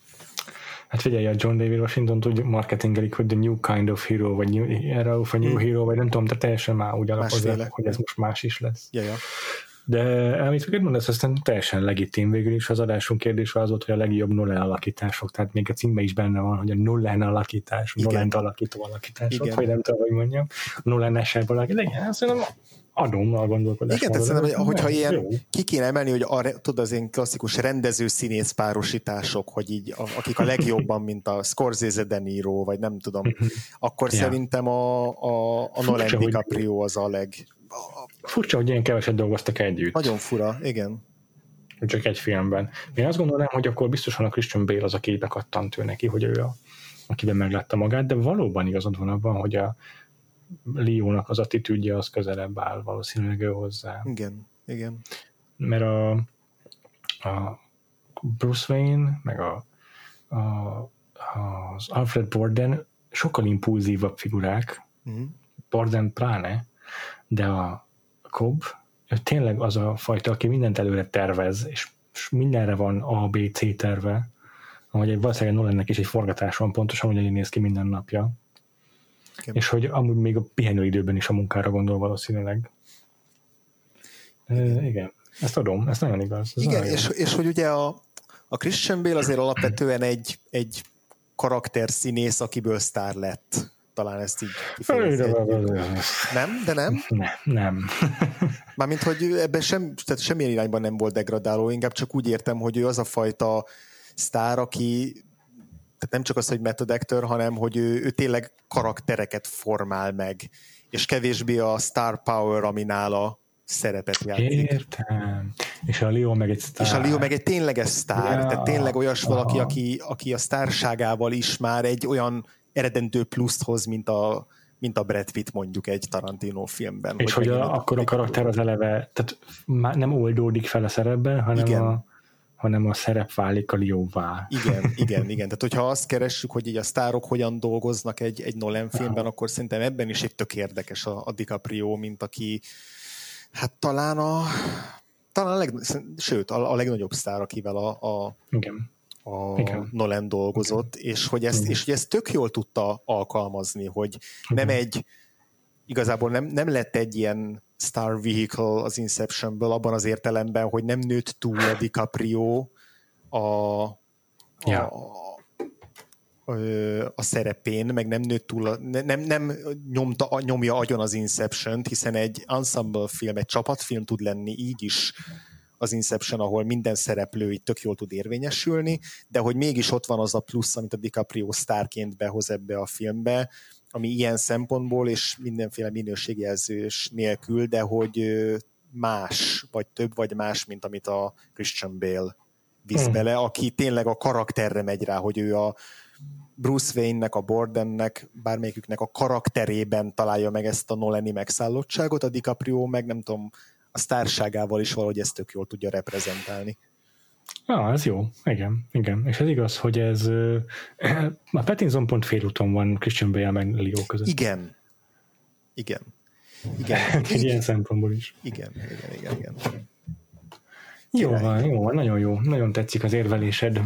Hát figyelj, a John David Washington úgy marketingelik, hogy the new kind of hero, vagy new era of a new hmm. hero, vagy nem tudom, de teljesen már úgy alapozza, hogy ez most más is lesz. Ja, ja. De amit fiked mondasz, aztán teljesen legitim végül is az adásunk kérdése az volt, hogy a legjobb Nolan alakítások, tehát még a címben is benne van, hogy a Nolan alakítás, Nolan alakító alakítások, igen. Vagy nem tudom, hogy mondjam, Nolan esetben alakítás, igen, azt mondom, adom a gondolkodást. Igen, tehát szerintem, hogy, hogyha ilyen jó. Ki kéne emelni, hogy a, tudod, az ilyen klasszikus rendező-színész párosítások, hogy így, a, akik a legjobban, mint a Scorsese, De Niro, vagy nem tudom, akkor ja. szerintem a, a, a Nolan DiCaprio az a leg... A, furcsa, hogy ilyen keveset dolgoztak együtt. Nagyon fura, igen. Csak egy filmben. Én azt gondolom, hogy akkor biztosan a Christian Bale az, aki bekattant ő neki, hogy ő a, akiben meglátta magát, de valóban igazad van abban, hogy a Leónak az attitűdje az közelebb áll valószínűleg ő hozzá. Igen, igen. Mert a, a Bruce Wayne, meg a, a, az Alfred Borden sokkal impulzívabb figurák, uh-huh. Borden pláne, de a Cobb, ő tényleg az a fajta, aki mindent előre tervez, és mindenre van A, B, C terve, ahogy valószínűleg Nolannek is egy forgatás van, pontosan ugyanígy néz ki minden napja. Igen. És hogy amúgy még a pihenőidőben is a munkára gondol valószínűleg. Igen, e, igen. Ezt adom, ez nagyon igaz. Ez igen, nagyon és, és hogy ugye a, a Christian Bale azért alapvetően egy, egy karakterszínész, akiből sztár lett. Talán ezt így kifejezni. Nem? De nem? Nem. nem. Mármint, hogy ebben sem, tehát semmilyen irányban nem volt degradáló, inkább csak úgy értem, hogy ő az a fajta sztár, aki tehát nem csak az, hogy method actor, hanem hogy ő, ő tényleg karaktereket formál meg, és kevésbé a star power, ami nála szerepet játszik. Értem. És a Leo meg egy sztár. És a Leo meg egy tényleges sztár, ja. Tehát tényleg olyas valaki, aki, aki a sztárságával is már egy olyan eredendő pluszt hoz, mint a, mint a Brad Pitt mondjuk egy Tarantino filmben. És hogy, hogy a, akkor a karakter az eleve, tehát nem oldódik fel a szerepben, hanem igen. a hanem a szerep válik a Leóvá. Igen, igen, igen. Tehát, hogyha azt keressük, hogy így a sztárok hogyan dolgoznak egy, egy Nolan filmben, Aha. akkor szerintem ebben is egy tök érdekes a, a DiCaprio, mint aki hát talán a talán a leg, sőt, a, a legnagyobb sztár, akivel a, a, igen. a igen. Nolan dolgozott, igen. és hogy ezt, és hogy ezt tök jól tudta alkalmazni, hogy igen. nem egy igazából nem, nem lett egy ilyen star vehicle az Inceptionből abban az értelemben, hogy nem nőtt túl a DiCaprio a, a, ja. a, a szerepén, meg nem nőtt túl, a, nem, nem nyomta, nyomja agyon az Inception-t, hiszen egy ensemble film, egy csapatfilm tud lenni így is az Inception, ahol minden szereplő így tök jól tud érvényesülni, de hogy mégis ott van az a plusz, amit a DiCaprio sztárként behoz ebbe a filmbe, ami ilyen szempontból és mindenféle minőségjelzős nélkül, de hogy más, vagy több, vagy más, mint amit a Christian Bale visz hmm. bele, aki tényleg a karakterre megy rá, hogy ő a Bruce Wayne-nek, a Bordennek, bármelyiküknek a karakterében találja meg ezt a Nolani megszállottságot, a DiCaprio meg nem tudom, a sztárságával is valahogy ezt tök jól tudja reprezentálni. Ja, ez jó. Igen, igen. És ez igaz, hogy ez a Pattinson pont félúton van Christian Bale meg Leo között. Igen. Igen. Igen. Egy ilyen szempontból is. Igen, igen, igen, igen. Jó van, jó van, nagyon jó. Nagyon tetszik az érvelésed.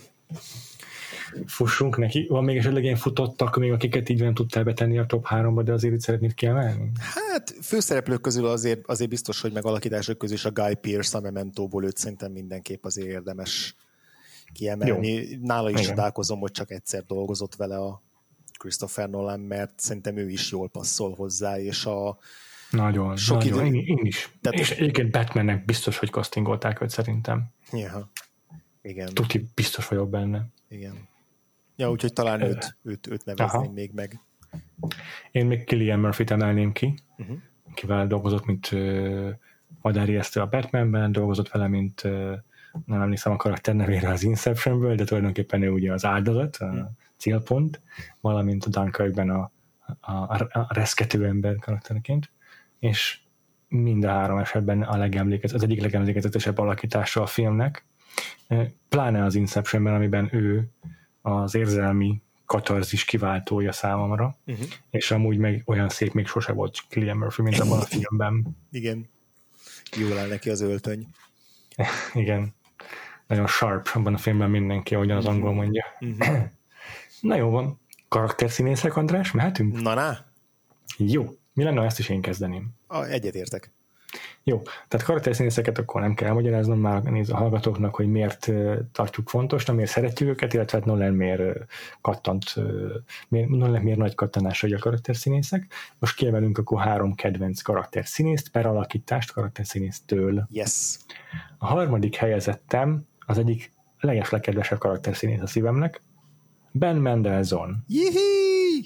Fussunk neki. Van még esetleg ilyen futottak, még akiket így nem tudtál betenni a top háromba, de azért itt szeretnéd kiemelni? Hát főszereplők közül azért, azért biztos, hogy meg alakítások közül is a Guy Pearce, a Mementóból őt szerintem mindenképp azért érdemes kiemelni. Jó. Nála is csodálkozom, hogy csak egyszer dolgozott vele a Christopher Nolan, mert szerintem ő is jól passzol hozzá, és a nagyon, sok nagyon. Idő... Én, én is. Tehát és egyébként Batmannek biztos, hogy castingolták őt szerintem. Ja. Igen. Tuti, biztos vagyok benne. Igen. Ja, úgyhogy talán Ö... őt, őt, őt nevezném Aha. még meg. Én még Cillian Murphy-t emelném ki, uh-huh. akivel dolgozott, mint uh, madárijesztő a Batmanben, dolgozott vele, mint uh, nem emlékszem a karakter nevére az Inceptionből, de tulajdonképpen ő ugye az áldozat, a uh-huh. célpont, valamint a Dunkirkben a, a, a reszkető ember karakterként, és mind a három esetben a legemlékezet, az egyik legemlékezetesebb alakítása a filmnek, pláne az Inceptionben, amiben ő az érzelmi katarzis kiváltója számomra, uh-huh. és amúgy meg olyan szép még sose volt Cillian Murphy, mint abban a filmben. Igen. Jól áll neki az öltöny. Igen. Nagyon sharp abban a filmben mindenki, ahogyan az angol mondja. Uh-huh. Na jó van. Karakterszínészek, András, mehetünk? Na, na. Jó. Mi lenne, ezt is én kezdeném? A, egyetértek. Jó, tehát karakterszínészeket akkor nem kell elmagyaráznom már néz a hallgatóknak, hogy miért tartjuk fontosnak, miért szeretjük őket, illetve hát Nolan miért kattant, miért, Nolan miért nagy kattanásai a karakterszínészek. Most kiemelünk akkor három kedvenc karakterszínészt, per alakítást karakterszínésztől. Yes. A harmadik helyezettem az egyik legeslegkedvesebb karakterszínész a szívemnek, Ben Mendelsohn. Jihi!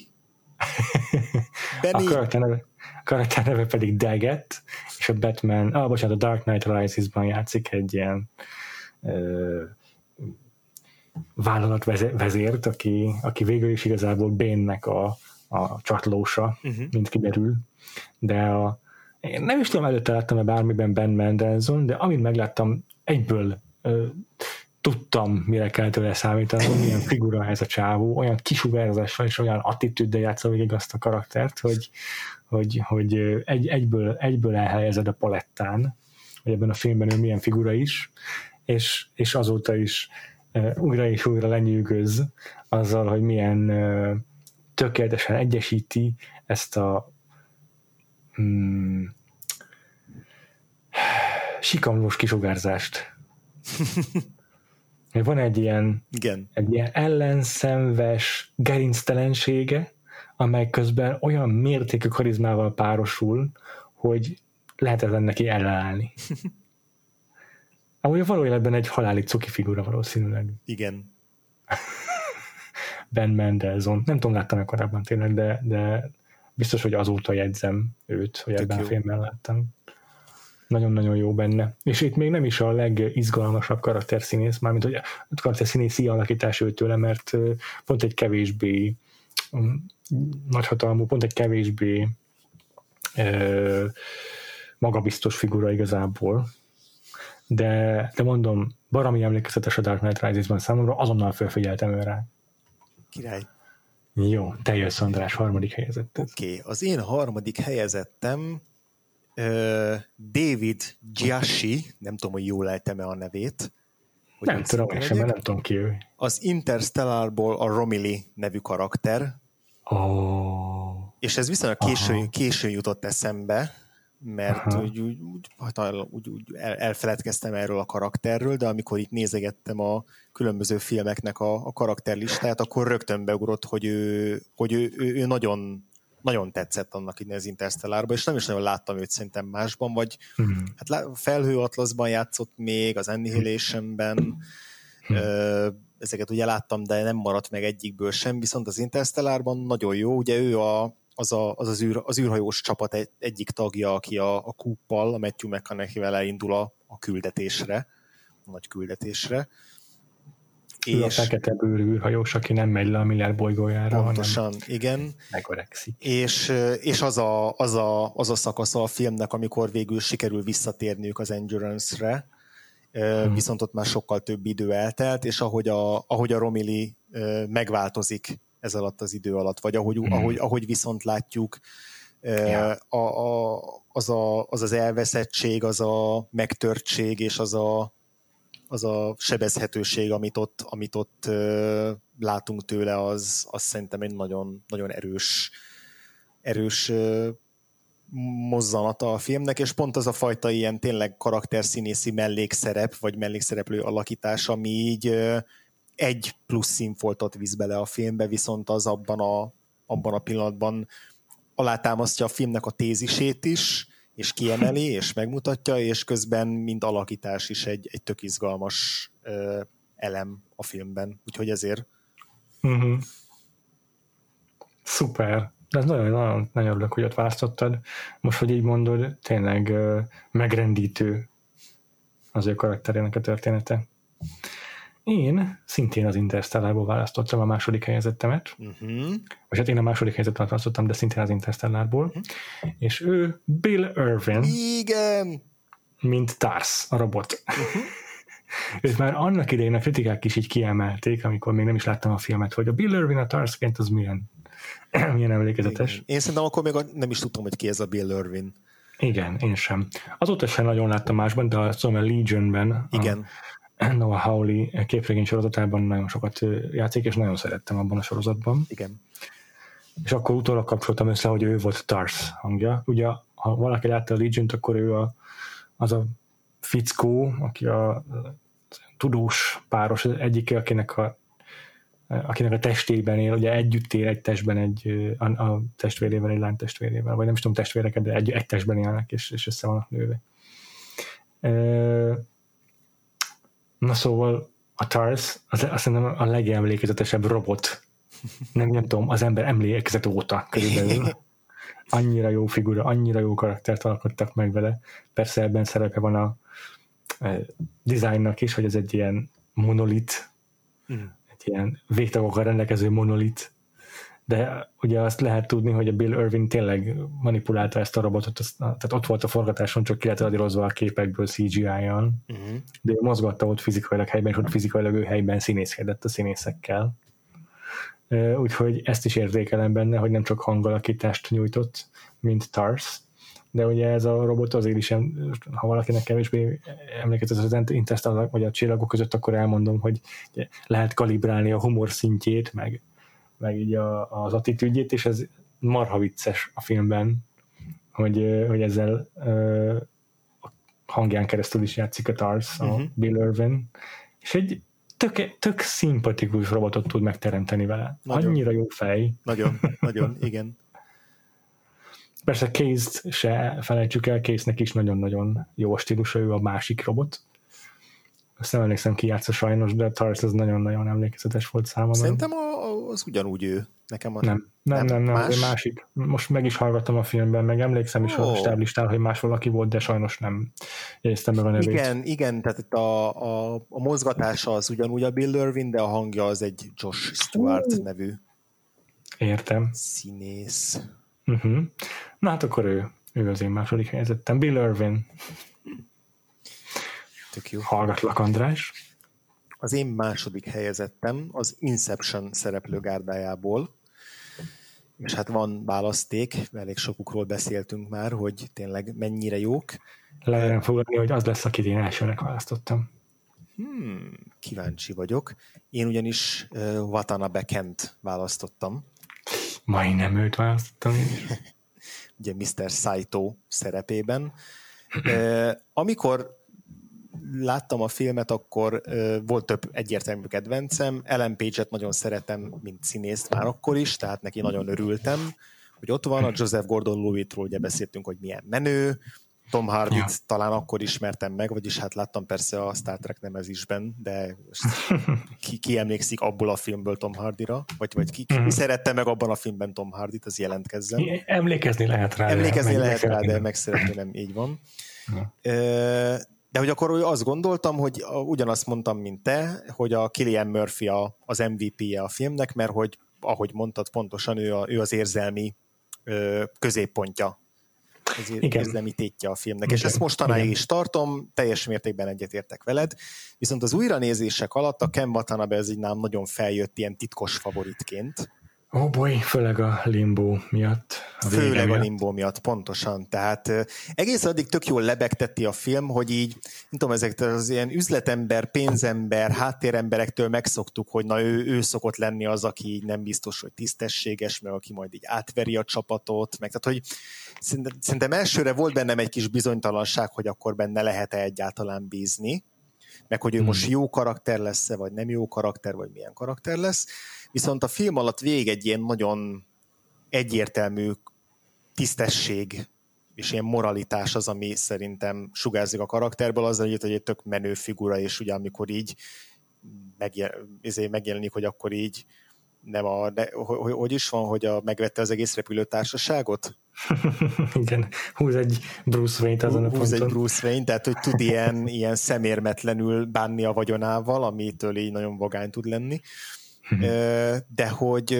A karakter neve, a karakter neve pedig Daggett, és a Batman, ah, bocsánat, a Dark Knight Rises-ban játszik egy ilyen ö, vállalatvezért, aki, aki végül is igazából Bane-nek a, a csatlósa, uh-huh. mint kiderül. De a, én nem is tudom, előtte láttam-e bármiben Ben Mendelsohn, de amint megláttam, egyből ö, tudtam, mire kell tőle számítani, milyen figura ez a csávó, olyan kisugárzással és olyan attitűddel játsza végig azt a karaktert, hogy, hogy, hogy egy, egyből, egyből elhelyezed a palettán, hogy ebben a filmben ő milyen figura is, és, és azóta is uh, újra és újra lenyűgöz azzal, hogy milyen uh, tökéletesen egyesíti ezt a hmm, sikamlós kisugárzást. Van egy ilyen, Igen. egy ilyen ellenszenves gerinctelensége, amely közben olyan mértékű karizmával párosul, hogy lehetetlen neki ellenállni. Amúgy való életben egy haláli cuki figura valószínűleg. Igen. Ben Mendelsohn. Nem tudom, láttam-e korábban tényleg, de, de biztos, hogy azóta jegyzem őt, hogy Tök ebben jó. a filmben láttam. Nagyon-nagyon jó benne. És itt még nem is a legizgalmasabb karakterszínész, mármint hogy a karakterszínészi alakítás őt tőle, mert pont egy kevésbé um, nagyhatalmú, pont egy kevésbé uh, magabiztos figura igazából. De, de mondom, baromi emlékezetes a Dark Knight Rises-ban számomra, azonnal felfigyeltem őre. Király. Jó, te jössz, András, harmadik helyezett. Oké, okay. Az én harmadik helyezettem uh, David Gyasi, nem tudom, hogy jól ejtem-e a nevét. Nem tudom, én sem, mert nem tudom ki ő. Az Interstellarból a Romilly nevű karakter. Oh. És ez viszonylag későn, későn jutott eszembe, mert úgy, úgy, úgy, úgy, úgy el, elfeledkeztem erről a karakterről, de amikor itt nézegettem a különböző filmeknek a, a karakterlistát, akkor rögtön beugrott, hogy ő, hogy ő, ő, ő nagyon, nagyon tetszett annak itt az Interstellárban, és nem is nagyon láttam őt szerintem másban, vagy mm. hát Felhő Atlaszban játszott még, az Annihilation-ben, mm. ö, ezeket ugye láttam, de nem maradt meg egyikből sem, viszont az Interstellárban nagyon jó, ugye ő a az, a, az, az, űr, az űrhajós csapat egy, egyik tagja, aki a, a Cooppal, a Matthew McConaughey-vel elindul a, a küldetésre, a nagy küldetésre. Ő és a fekete bőrű űrhajós, aki nem megy le a milliárd bolygójára, pontosan, hanem igen. megorekszik. És, és az, a, az, a, az a szakasza a filmnek, amikor végül sikerül visszatérniük az Endurance-re, hmm. viszont ott már sokkal több idő eltelt, és ahogy a, ahogy a Romilly megváltozik ez alatt az idő alatt, vagy ahogy, mm. ahogy, ahogy viszont látjuk, yeah. a, a, az, a, az az elveszettség, az a megtörtség, és az a, az a sebezhetőség, amit ott, amit ott uh, látunk tőle, az, az szerintem egy nagyon, nagyon erős, erős uh, mozzanata a filmnek, és pont az a fajta ilyen tényleg karakterszínészi mellékszerep, vagy mellékszereplő alakítás, ami így uh, egy plusz színfoltot visz bele a filmbe, viszont az abban a, abban a pillanatban alátámasztja a filmnek a tézisét is, és kiemeli, és megmutatja, és közben mint alakítás is egy, egy tök izgalmas ö, elem a filmben. Úgyhogy ezért. Uh-huh. Szuper. De ez nagyon, nagyon, nagyon örülök, hogy ott választottad. Most, hogy így mondod, tényleg ö, megrendítő az ő karakterének a története. Én szintén az Interstellárból választottam a második helyezettemet. Uh-huh. Vagy hát én a második helyezettemet választottam, de szintén az Interstellárból. Uh-huh. És ő Bill Irwin. Igen! Mint Tars, a robot. Uh-huh. Őt már annak idején a kritikák is így kiemelték, amikor még nem is láttam a filmet, hogy a Bill Irwin a Tarsként az milyen, milyen emlékezetes. Igen. Én szerintem akkor még nem is tudtam, hogy ki ez a Bill Irwin. Igen, én sem. Azóta sem nagyon láttam másban, de azt tudom, a Legionben igen. A Noah Hawley képregény sorozatában nagyon sokat játszik, és nagyon szerettem abban a sorozatban. Igen. És akkor utólag kapcsoltam össze, hogy ő volt Tars hangja. Ugye, ha ha valaki látta a Legiont, akkor ő a, az a fickó, aki a, a tudós páros egyike, akinek a, akinek a testében él, ugye együtt él egy testben egy, a, a testvérével, egy lány testvérével, vagy nem is tudom testvéreket, de egy, egy testben élnek, és, és össze vannak nőve. Na szóval a TARS az, azt szerintem a legemlékezetesebb robot. Nem, nem tudom, az ember emlékezet óta körülbelül. Annyira jó figura, annyira jó karaktert alkottak meg vele. Persze ebben szerepe van a, a designnak is, hogy ez egy ilyen monolit, mm. egy ilyen végtagokkal rendelkező monolit. De ugye azt lehet tudni, hogy a Bill Irving tényleg manipulálta ezt a robotot, azt, tehát ott volt a forgatáson, csak ki lehet radírozva a képekből cé gé í-on, uh-huh. de ő mozgatta ott fizikailag helyben, és ott fizikailag ő helyben színészkedett a színészekkel. Úgyhogy ezt is érzékelem benne, hogy nem csak hangalakítást nyújtott, mint TARS, de ugye ez a robot azért is, ha valakinek kevésbé emlékezett az Interstellar vagy a csillagok között, akkor elmondom, hogy lehet kalibrálni a humor szintjét, meg meg így a, az attitűdjét, és ez marha vicces a filmben, hogy, hogy ezzel uh, a hangján keresztül is játszik a TARS, uh-huh. a Bill Irving, és egy tök, tök szimpatikus robotot tud megteremteni vele. Nagyon. Annyira jó fej. Nagyon, nagyon, igen. Persze Case-t se felejtsük el, Case-nek is nagyon-nagyon jó stílusa, ő a másik robot. Azt nem emlékszem, ki játsza sajnos, de TARS az nagyon-nagyon emlékezetes volt számomra. Szerintem az ugyanúgy ő. Nekem a... Nem, nem, nem, nem más? másik. Most meg is hallgattam a filmben, meg emlékszem is oh. a stáblistán, hogy más valaki volt, de sajnos nem jegyeztem meg a nevét. Igen, igen, tehát itt a, a, a mozgatása az ugyanúgy a Bill Irving, de a hangja az egy Josh Stewart uh. nevű. Értem. Színész. Uh-huh. Na hát akkor ő, ő az én második helyezettem. Bill Irving. Tök jó. Hallgatlak, András. Az én második helyezettem az Inception szereplőgárdájából, és hát van választék, elég sokukról beszéltünk már, hogy tényleg mennyire jók. Lehetne fogadni, hogy az lesz, akit én elsőnek választottam. Hmm, kíváncsi vagyok. Én ugyanis uh, Watanabe Kent választottam. Majdnem őt választottam. Ugye miszter Saito szerepében. uh, amikor láttam a filmet, akkor uh, volt több egyértelmű kedvencem. Ellen Page-et nagyon szeretem, mint színészt már akkor is, tehát neki nagyon örültem, hogy ott van. A Joseph Gordon-Levittról ugye beszéltünk, hogy milyen menő. Tom Hardyt ja. talán akkor ismertem meg, vagyis hát láttam persze a Star Trek nemezisben, de ki, ki emlékszik abból a filmből Tom Hardyra? Vagy, vagy ki, ki szerette meg abban a filmben Tom Hardyt, az jelentkezzen. Emlékezni lehet rá. Emlékezni de lehet rá, de megszeretni nem, így van. Ja. De hogy akkor azt gondoltam, hogy ugyanazt mondtam, mint te, hogy a Cillian Murphy a, az em vé pé-je a filmnek, mert hogy, ahogy mondtad, pontosan ő, a, ő az érzelmi ö, középpontja, az érzelmi tétje a filmnek. Igen. És ezt mostanáig is tartom, teljes mértékben egyetértek veled, viszont az újranézések alatt a Ken Watanabe ez így nám nagyon feljött ilyen titkos favoritként. Ó, oh boy, főleg a Limbo miatt. A főleg miatt. a Limbo miatt, pontosan. Tehát uh, egész addig tök jól lebegteti a film, hogy így, nem tudom, ezektől az ilyen üzletember, pénzember, háttéremberektől megszoktuk, hogy na ő, ő szokott lenni az, aki így nem biztos, hogy tisztességes, meg aki majd így átveri a csapatot, meg tehát, hogy szerintem, szerintem elsőre volt bennem egy kis bizonytalanság, hogy akkor benne lehet-e egyáltalán bízni, meg hogy ő hmm. most jó karakter lesz-e, vagy nem jó karakter, vagy milyen karakter lesz. Viszont a film alatt végig egy ilyen nagyon egyértelmű tisztesség és ilyen moralitás az, ami szerintem sugárzik a karakterből, az, hogy egy tök menő figura, és ugye amikor így megjelenik, hogy akkor így nem a, de, hogy, hogy is van, hogy a, megvette az egész repülőtársaságot? Igen, húz egy Bruce Wayne-t azon a húz ponton. egy Bruce Wayne, tehát hogy tud ilyen, ilyen szemérmetlenül bánni a vagyonával, amitől így nagyon vagány tud lenni. De hogy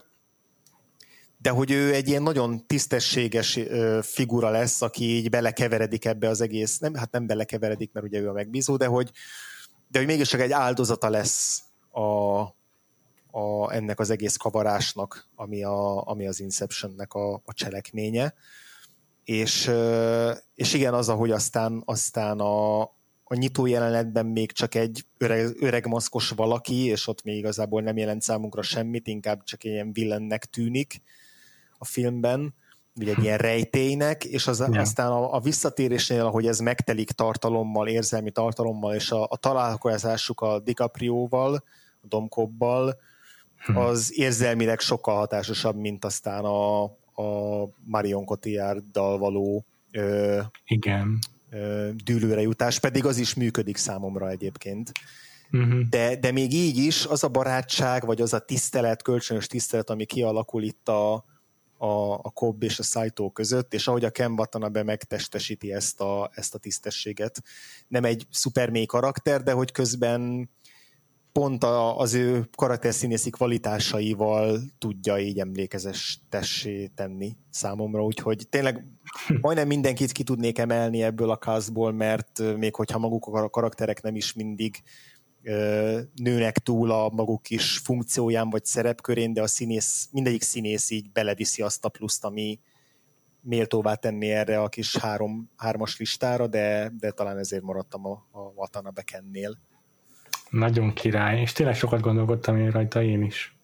de hogy ő egy ilyen nagyon tisztességes figura lesz, aki így belekeveredik ebbe az egész, nem, hát nem belekeveredik, mert ugye ő a megbízó, de hogy, de hogy mégis csak egy áldozata lesz a, a, ennek az egész kavarásnak, ami, a, ami az Inceptionnek a, a cselekménye. És, és igen, az, ahogy aztán, aztán a, a nyitó jelenetben még csak egy öreg, öreg maszkos valaki, és ott még igazából nem jelent számunkra semmit, inkább csak ilyen villennek tűnik a filmben, vagy egy ilyen rejtélynek, és az, ja. aztán a, a visszatérésnél, ahogy ez megtelik tartalommal, érzelmi tartalommal, és a, a találkozásuk a DiCaprioval, a Dom Cobb-bal, hm. az érzelmileg sokkal hatásosabb, mint aztán a, a Marion Cotillarddal való ö, igen. ö, dűlőre jutás, pedig az is működik számomra egyébként. Uh-huh. De, de még így is az a barátság, vagy az a tisztelet, kölcsönös tisztelet, ami kialakul itt a, a, a Cobb és a Saito között, és ahogy a Ken Watanabe megtestesíti ezt a, ezt a tisztességet. Nem egy szuper mély karakter, de hogy közben pont a, az ő karakterszínészi kvalitásaival tudja így emlékezestessé tenni számomra, úgyhogy tényleg majdnem mindenkit ki tudnék emelni ebből a castból, mert még hogyha maguk a karakterek nem is mindig nőnek túl a maguk kis funkcióján vagy szerepkörén, de a színész, mindegyik színész így beleviszi azt a pluszt, ami méltóvá tenni erre a kis három, hármas listára, de, de talán ezért maradtam a, a Watanabe Kennél. Nagyon király, és tényleg sokat gondolkodtam én rajta én is.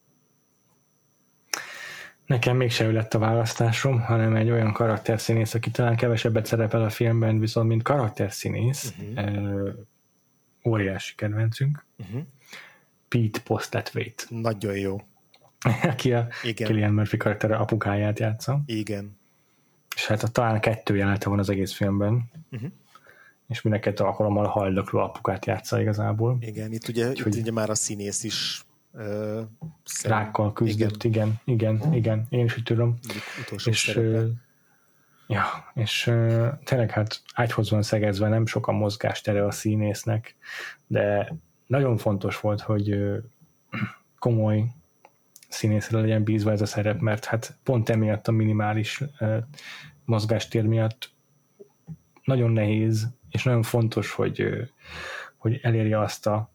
Nekem mégse ő lett a választásom, hanem egy olyan karakterszínész, aki talán kevesebbet szerepel a filmben, viszont mint karakterszínész, uh-huh. óriási kedvencünk. Uh-huh. Pete Postlethwaite. Nagyon jó. Aki a Cillian Murphy karaktere apukáját játsza. Igen. És hát talán kettő jelenete van az egész filmben. Uh-huh. És mind a kettő alkalommal a haldokló apukát játsza igazából. Igen, itt ugye, itt ugye már a színész is uh, rákkal küzdött, igen, igen, igen, igen. Én is úgy tudom. Utolsó és, uh, ja, és uh, tényleg hát ágyhoz van szegezve, nem sok a mozgástere a színésznek, de nagyon fontos volt, hogy uh, komoly színészre legyen bízva ez a szerep, mert hát pont emiatt a minimális uh, mozgástér miatt nagyon nehéz, és nagyon fontos, hogy, hogy elérje azt a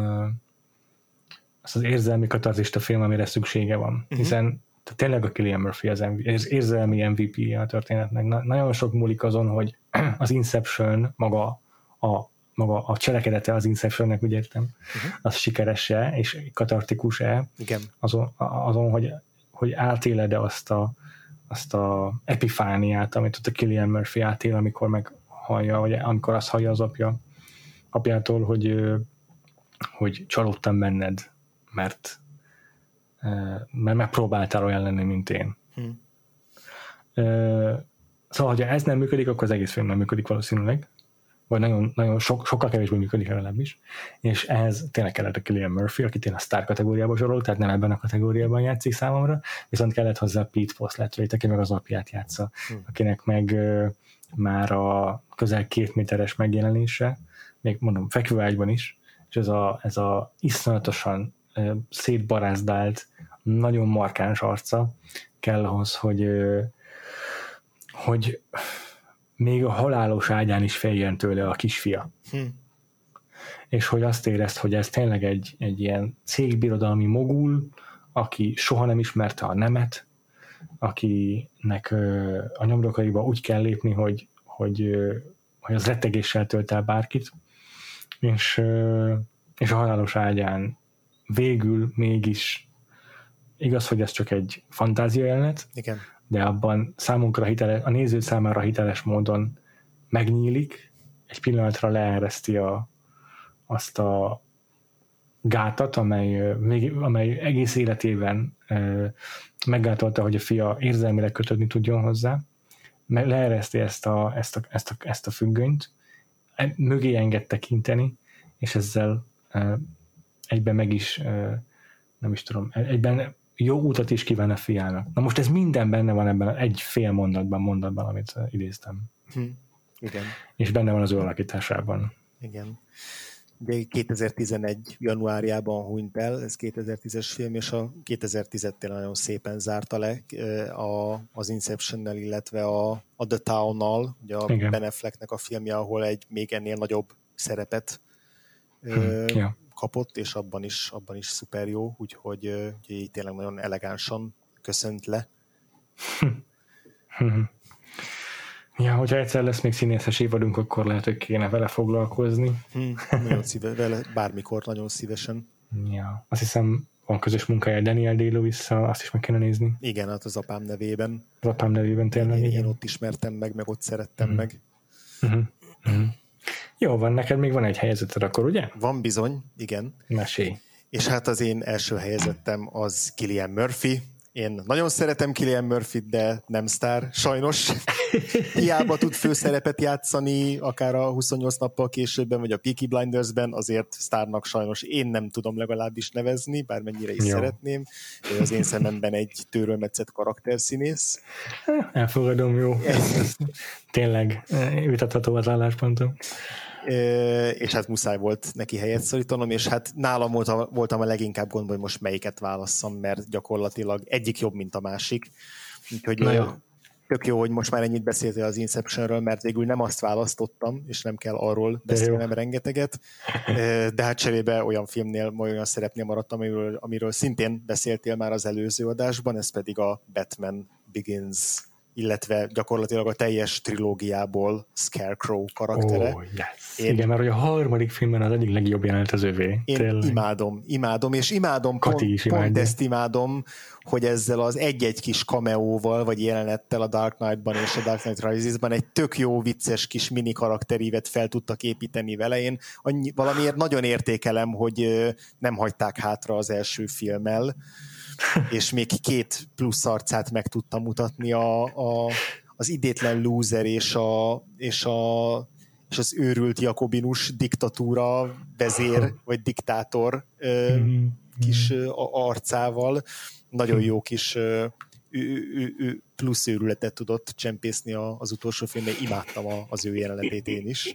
azt az érzelmi katarzist a film, amire szüksége van. Uh-huh. Hiszen tényleg a Cillian Murphy az, M V P, az érzelmi em vé pé-je a történetnek. Na, nagyon sok múlik azon, hogy az Inception maga a, maga a cselekedete az Inceptionnek, úgy értem, uh-huh. az sikeres-e és katartikus-e. Igen. Azon, azon hogy, hogy átéled-e azt a, azt a epifániát, amit ott a Cillian Murphy átél, amikor meg hallja, vagy amikor azt hallja az apja, apjától, hogy, hogy csalódtam benned, mert, mert megpróbáltál olyan lenni, mint én. Hmm. Szóval, ha ez nem működik, akkor az egész film nem működik valószínűleg, vagy nagyon, nagyon sok, sokkal kevésbé működik legalábbis, és ehhez tényleg kellett a Cillian Murphy, akit én a sztár kategóriába sorol, tehát nem ebben a kategóriában játszik számomra, viszont kellett hozzá Pete Postlethwaite, aki meg az apját játsza, hmm. akinek meg már a közel két méteres megjelenése, még mondom, fekvőágyban is, és ez a, ez a iszonyatosan uh, szétbarázdált, nagyon markáns arca kell ahhoz, hogy, uh, hogy még a halálos ágyán is féljen tőle a kisfia. Hm. És hogy azt érezt, hogy ez tényleg egy, egy ilyen cégbirodalmi mogul, aki soha nem ismerte a nemet, akinek a nyomdokaiba úgy kell lépni, hogy, hogy, hogy az rettegéssel tölt el bárkit, és, és a halálos ágyán végül mégis igaz, hogy ez csak egy fantázia jelenet, igen. de abban számunkra hiteles, a néző számára hiteles módon megnyílik, egy pillanatra leereszti a, azt a gátat, amely, amely egész életében meggátolta, hogy a fia érzelmileg kötődni tudjon hozzá, leereszti ezt a, ezt a, ezt a, ezt a függönyt, mögé enged tekinteni, és ezzel egyben meg is, nem is tudom, egyben jó utat is kíván a fiának. Na most ez minden benne van ebben egy fél mondatban, mondatban, amit idéztem. Hm. Igen. És benne van az ő alakításában. Igen. De kétezer-tizenegy januárjában hunyt el, ez kétezer-tízes film, és a kétezer-tíznél nagyon szépen zárta le a, az Inceptionnel, illetve a, a The Town-nal, ugye a igen. Ben Afflecknek a filmje, ahol egy még ennél nagyobb szerepet hm. ö, ja. kapott, és abban is, abban is szuper jó, úgyhogy ö, így tényleg nagyon elegánsan köszönt le. Ja, hogyha egyszer lesz még színészes évadunk, akkor lehet, hogy kéne vele foglalkozni. Hmm, nagyon szíve, vele bármikor nagyon szívesen. Ja, azt hiszem van közös munkája Daniel Day-Lewis-szal, azt is meg kéne nézni. Igen, hát az apám nevében. Az apám nevében tényleg. Én, igen. én ott ismertem meg, meg ott szerettem Mm. meg. Uh-huh. Uh-huh. Jó van, neked még van egy helyezeted akkor, ugye? Van bizony, igen. Mesélj. És hát az én első helyezettem az Cillian Murphy. Én nagyon szeretem Cillian Murphyt, de nem sztár, sajnos. Hiába tud főszerepet játszani, akár a huszonnyolc nappal későbben, vagy a Peaky Blindersben, azért sztárnak sajnos én nem tudom legalábbis nevezni, bármennyire is Jó. szeretném. Ő az én szememben egy tőről metszett karakterszínész. Elfogadom, jó. Ez, ez tényleg vitatható az álláspontom. És hát muszáj volt neki helyet szorítanom, és hát nálam voltam, voltam a leginkább gondban, hogy most melyiket válasszam, mert gyakorlatilag egyik jobb, mint a másik. Úgyhogy jó. Tök jó, hogy most már ennyit beszéltél az Inceptionről, mert végül nem azt választottam, és nem kell arról beszélnem rengeteget, de hát cserébe olyan filmnél, olyan szerepnél maradtam, amiről, amiről szintén beszéltél már az előző adásban, ez pedig a Batman Begins, illetve gyakorlatilag a teljes trilógiából Scarecrow karaktere. Oh, yes. Én, igen, mert hogy a harmadik filmben az egyik legjobb jelenet az övé. Én tényleg. imádom, imádom, és imádom, pont, pont ezt imádom, hogy ezzel az egy-egy kis cameóval, vagy jelenettel a Dark Knight-ban és a Dark Knight Rises-ban egy tök jó, vicces kis mini karakterívet fel tudtak építeni vele. Én annyi, valamiért nagyon értékelem, hogy nem hagyták hátra az első filmmel, és még két plusz arcát meg tudtam mutatni a, a, az idétlen loser és, a, és, a, és az őrült jakobinus diktatúra vezér, vagy diktátor mm-hmm. kis arcával. Nagyon jó kis ő, ő, ő plusz őrületet tudott csempészni az utolsó filmben. Imádtam az ő jelenetét én is.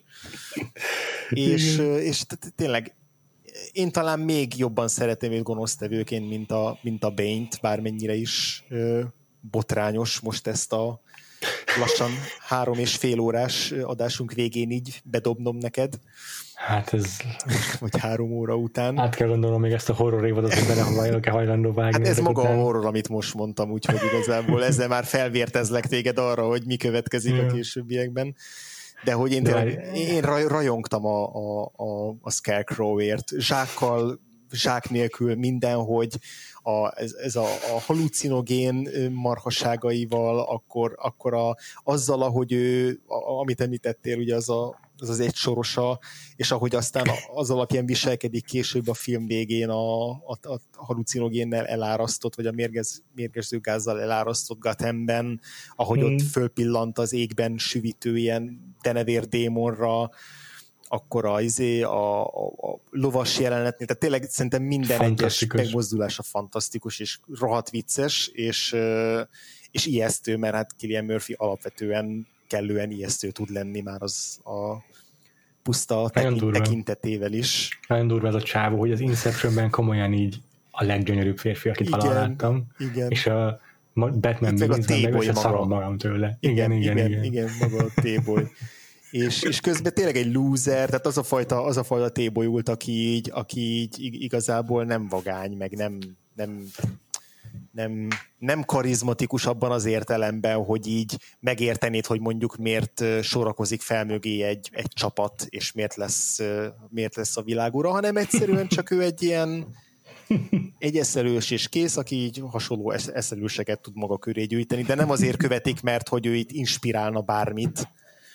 és, és tényleg én talán még jobban szeretem őt gonosztevőként, mint a, mint a Bane-t, bármennyire is ö, botrányos most ezt a lassan három és fél órás adásunk végén így bedobnom neked. Hát ez... Vagy három óra után. Át kell gondolnom még ezt a horror évadot, hogy bele hajlandó vágni. Hát ez maga után. A horror, amit most mondtam, úgyhogy igazából ezzel már felvértezlek téged arra, hogy mi következik yeah. a későbbiekben. De hogy én, tényleg, én rajongtam a, a, a, a Scarecrow-ért. Zsákkal, zsák nélkül mindenhogy, a, ez, ez a, a halucinogén marhaságaival, akkor, akkor a, azzal, ahogy ő, a, amit említettél, ugye az a az az egysorosa, és ahogy aztán az alapján viselkedik később a film végén a, a, a halucinogénnel elárasztott, vagy a mérgez, mérgező gázzal elárasztott Gothamben, ahogy hmm. ott fölpillant az égben süvítő ilyen denevér démonra, akkor a, izé, a, a, a lovas jelenetnél, tehát tényleg szerintem minden egyes megmozdulása fantasztikus, és rohadt vicces, és, és ijesztő, mert hát Cillian Murphy alapvetően kellően ijesztő tud lenni már az a puszta tekint, tekintetével is. Nagyon durva ez a csávó, hogy az Inceptionben komolyan így a leggyönyörűbb férfi, akit igen, valaha láttam. Igen. És a Batman Beginsben meg is a szarom magam tőle. Igen, igen, igen. Igen, igen maga a T-boy. és, és közben tényleg egy loser, tehát az a fajta, az a fajta T-bolyult, aki így, aki így igazából nem vagány, meg nem, nem Nem, nem karizmatikus abban az értelemben, hogy így megértenéd, hogy mondjuk miért sorakozik fel mögé egy, egy csapat, és miért lesz, miért lesz a világúra, hanem egyszerűen csak ő egy ilyen egy eszelős és kész, aki így hasonló eszelőseket tud maga köré gyűjteni, de nem azért követik, mert hogy ő itt inspirálna bármit.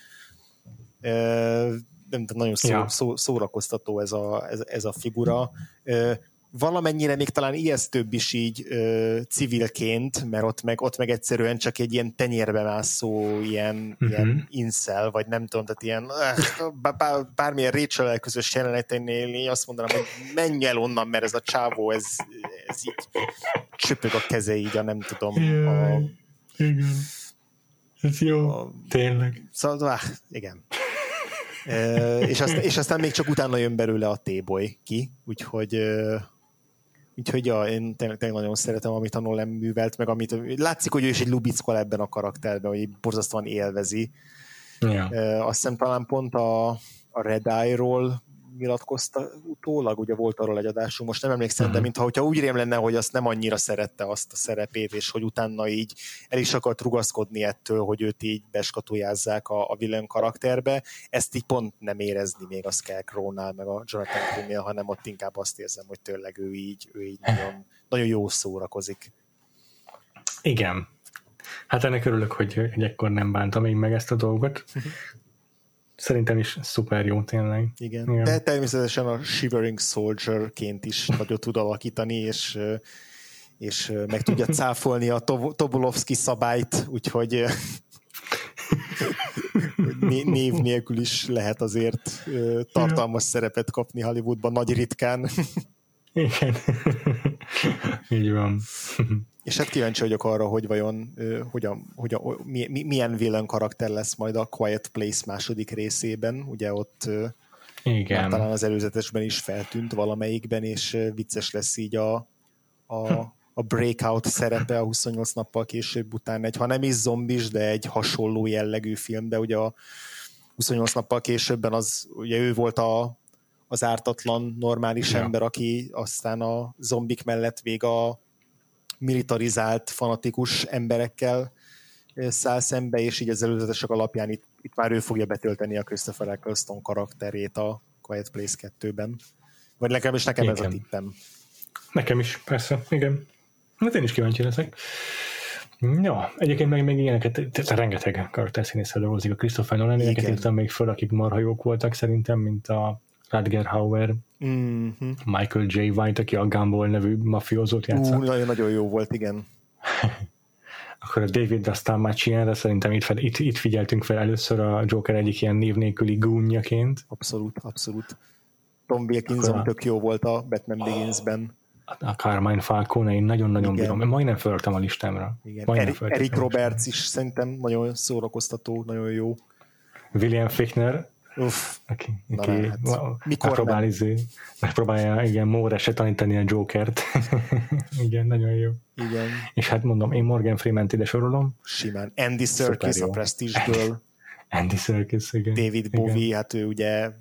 Nem, nagyon szó, ja. szó, szórakoztató ez a, ez, ez a figura. Valamennyire még talán ijesztőbb is így ö, civilként, mert ott meg, ott meg egyszerűen csak egy ilyen tenyérbe mászó ilyen, uh-huh. ilyen incel, vagy nem tudom, tehát ilyen uh, bármilyen Rachel-el közös jeleneténél azt mondanám, hogy menj el onnan, mert ez a csávó, ez, ez így csöpög a keze így, a nem tudom. Jaj, a, igen. Ez jó, a, tényleg. Szóval, ah, igen. e, és, azt, és aztán még csak utána jön belőle a T-boy ki, úgyhogy Úgyhogy ja, én tényleg, tényleg nagyon szeretem, amit a Nolan művelt, meg amit látszik, hogy ő is egy lubickol ebben a karakterben, hogy borzasztóan élvezi. Ja. E, azt hiszem talán pont a, a Red Eye-ról nyilatkozta utólag, ugye volt arról egy adásunk, most nem emlékszem, uh-huh. de mintha hogyha úgy rém lenne, hogy azt nem annyira szerette azt a szerepét, és hogy utána így el is akart rugaszkodni ettől, hogy őt így beskatujázzák a, a villain karakterbe. Ezt így pont nem érezni még a Scarecrow-nál, meg a Jonathan Pryce-nél, hanem ott inkább azt érzem, hogy tényleg ő így, ő így nagyon, nagyon jó szórakozik. Igen. Hát ennek örülök, hogy, hogy ekkor nem bántam én meg ezt a dolgot. Szerintem is szuper jó tényleg. Igen. Igen. De természetesen a Shivering Soldier-ként is nagyon tud alakítani, és, és meg tudja cáfolni a Tobolowsky szabályt, úgyhogy név nélkül is lehet azért tartalmas szerepet kapni Hollywoodban, nagy ritkán. Igen. Így van. És hát kíváncsi vagyok arra, hogy vajon hogyan, hogyan, milyen villain karakter lesz majd a Quiet Place második részében. Ugye ott igen. talán az előzetesben is feltűnt valamelyikben, és vicces lesz így a, a, a breakout szerepe a huszonnyolc nappal később után egy, ha nem is zombis, de egy hasonló jellegű film, de ugye a huszonnyolc nappal későbben az, ugye ő volt a, az ártatlan, normális ja. ember, aki aztán a zombik mellett vég a militarizált, fanatikus emberekkel száll szembe, és így az előzetesek alapján itt, itt már ő fogja betölteni a Christopher Eccleston karakterét a Quiet Place kettőben. Vagy legalábbis nekem igen. ez a tippem. Nekem is, persze, igen. Hát én is kíváncsi leszek. Ja, egyébként meg még ilyeneket, tehát rengeteg karakterszínésszel dolgozik a Christopher Nolan, ilyeneket írtam még föl, akik marha jók voltak szerintem, mint a Rutger Hauer, mm-hmm. Michael J. White, aki a Gumball nevű mafiózót játszott. Ú, nagyon, nagyon jó volt, igen. Akkor a David Dastmalchianre szerintem itt, itt, itt figyeltünk fel először a Joker egyik ilyen név nélküli gúnjaként. Abszolút, abszolút. Tom Wilkinson a... tök jó volt a Batman Beginsben. A Carmine Falcone, én nagyon-nagyon igen. bírom. Majdnem felraktam a listámra. Eric, Eric Roberts is szerintem nagyon szórakoztató, nagyon jó. William Fichtner, Uff, aki, aki hát, megpróbál, izé, megpróbálja igen, Móresre tanítani a Jokert. Igen, nagyon jó. Igen. És hát mondom, én Morgan Freeman-t ide sorolom. Simán. Andy Serkis a Prestige-ből. Andy Serkis, igen. David Bowie, igen. hát ő ugye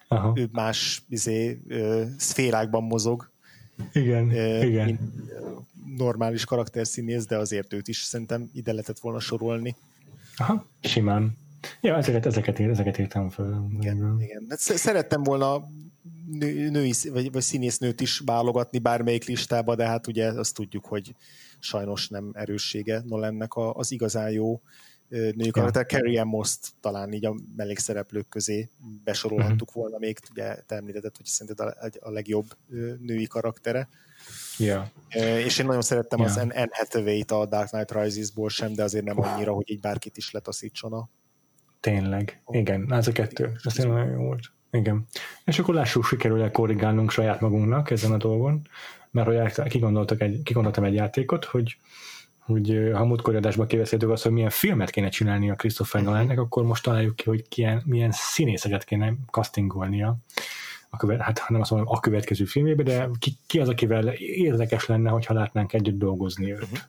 ő más izé, ö, szférákban mozog. Igen, ö, igen. Normális karakterszínész, de azért őt is szerintem ide lehetett volna sorolni. Aha, simán. Ja, ezeket, ezeket, ezeket írtam fel. Igen, igen. Hát szerettem volna nő, női vagy, vagy színésznőt is válogatni bármelyik listába, de hát ugye azt tudjuk, hogy sajnos nem erőssége Nolannek az igazán jó női karakter. Ja. Carrie Ann Moss talán így a mellékszereplők közé besorolhattuk uh-huh. volna még, ugye te említetted, hogy szerinted a, a legjobb női karaktere. Ja. És én nagyon szerettem ja. az Anne Hathaway-t a Dark Knight Rises-ból sem, de azért nem annyira, hogy így bárkit is letaszítson a Tényleg, igen, ez a kettő, ez tényleg nagyon jó volt. Igen. És akkor lássuk, sikerül-e korrigálnunk saját magunknak ezen a dolgon, mert hogy kigondoltak egy, kigondoltam egy játékot, hogy, hogy ha múltkori adásban kiveszéltük azt, hogy milyen filmet kéne csinálni a Christopher Nolannek, akkor most találjuk ki, hogy milyen, milyen színészeket kéne castingolnia. A követ, hát nem azt mondom a következő filmjében, de ki, ki az, akivel érdekes lenne, hogyha látnánk együtt dolgozni őt. Uh-huh.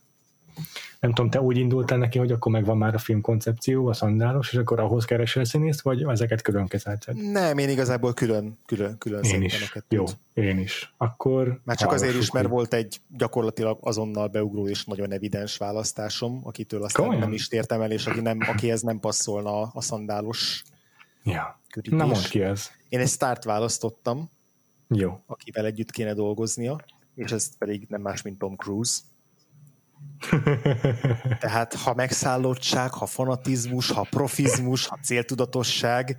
Nem tudom, te úgy indultál neki, hogy akkor megvan már a filmkoncepció, a szandálos, és akkor ahhoz keresel színészt, vagy ezeket külön kezelted? Nem, én igazából külön, külön, külön én is. Jó, én is. Akkor már csak azért is, mert volt egy gyakorlatilag azonnal beugró és nagyon evidens választásom, akitől aztán Komolyan? nem is tértem el, és aki nem, akihez nem passzolna a szandálos ja. körítés. Na mondd ki ez. Én egy sztárt választottam, jó. akivel együtt kéne dolgoznia, és ez pedig nem más, mint Tom Cruise. Tehát ha megszállottság, ha fanatizmus, ha profizmus, ha céltudatosság,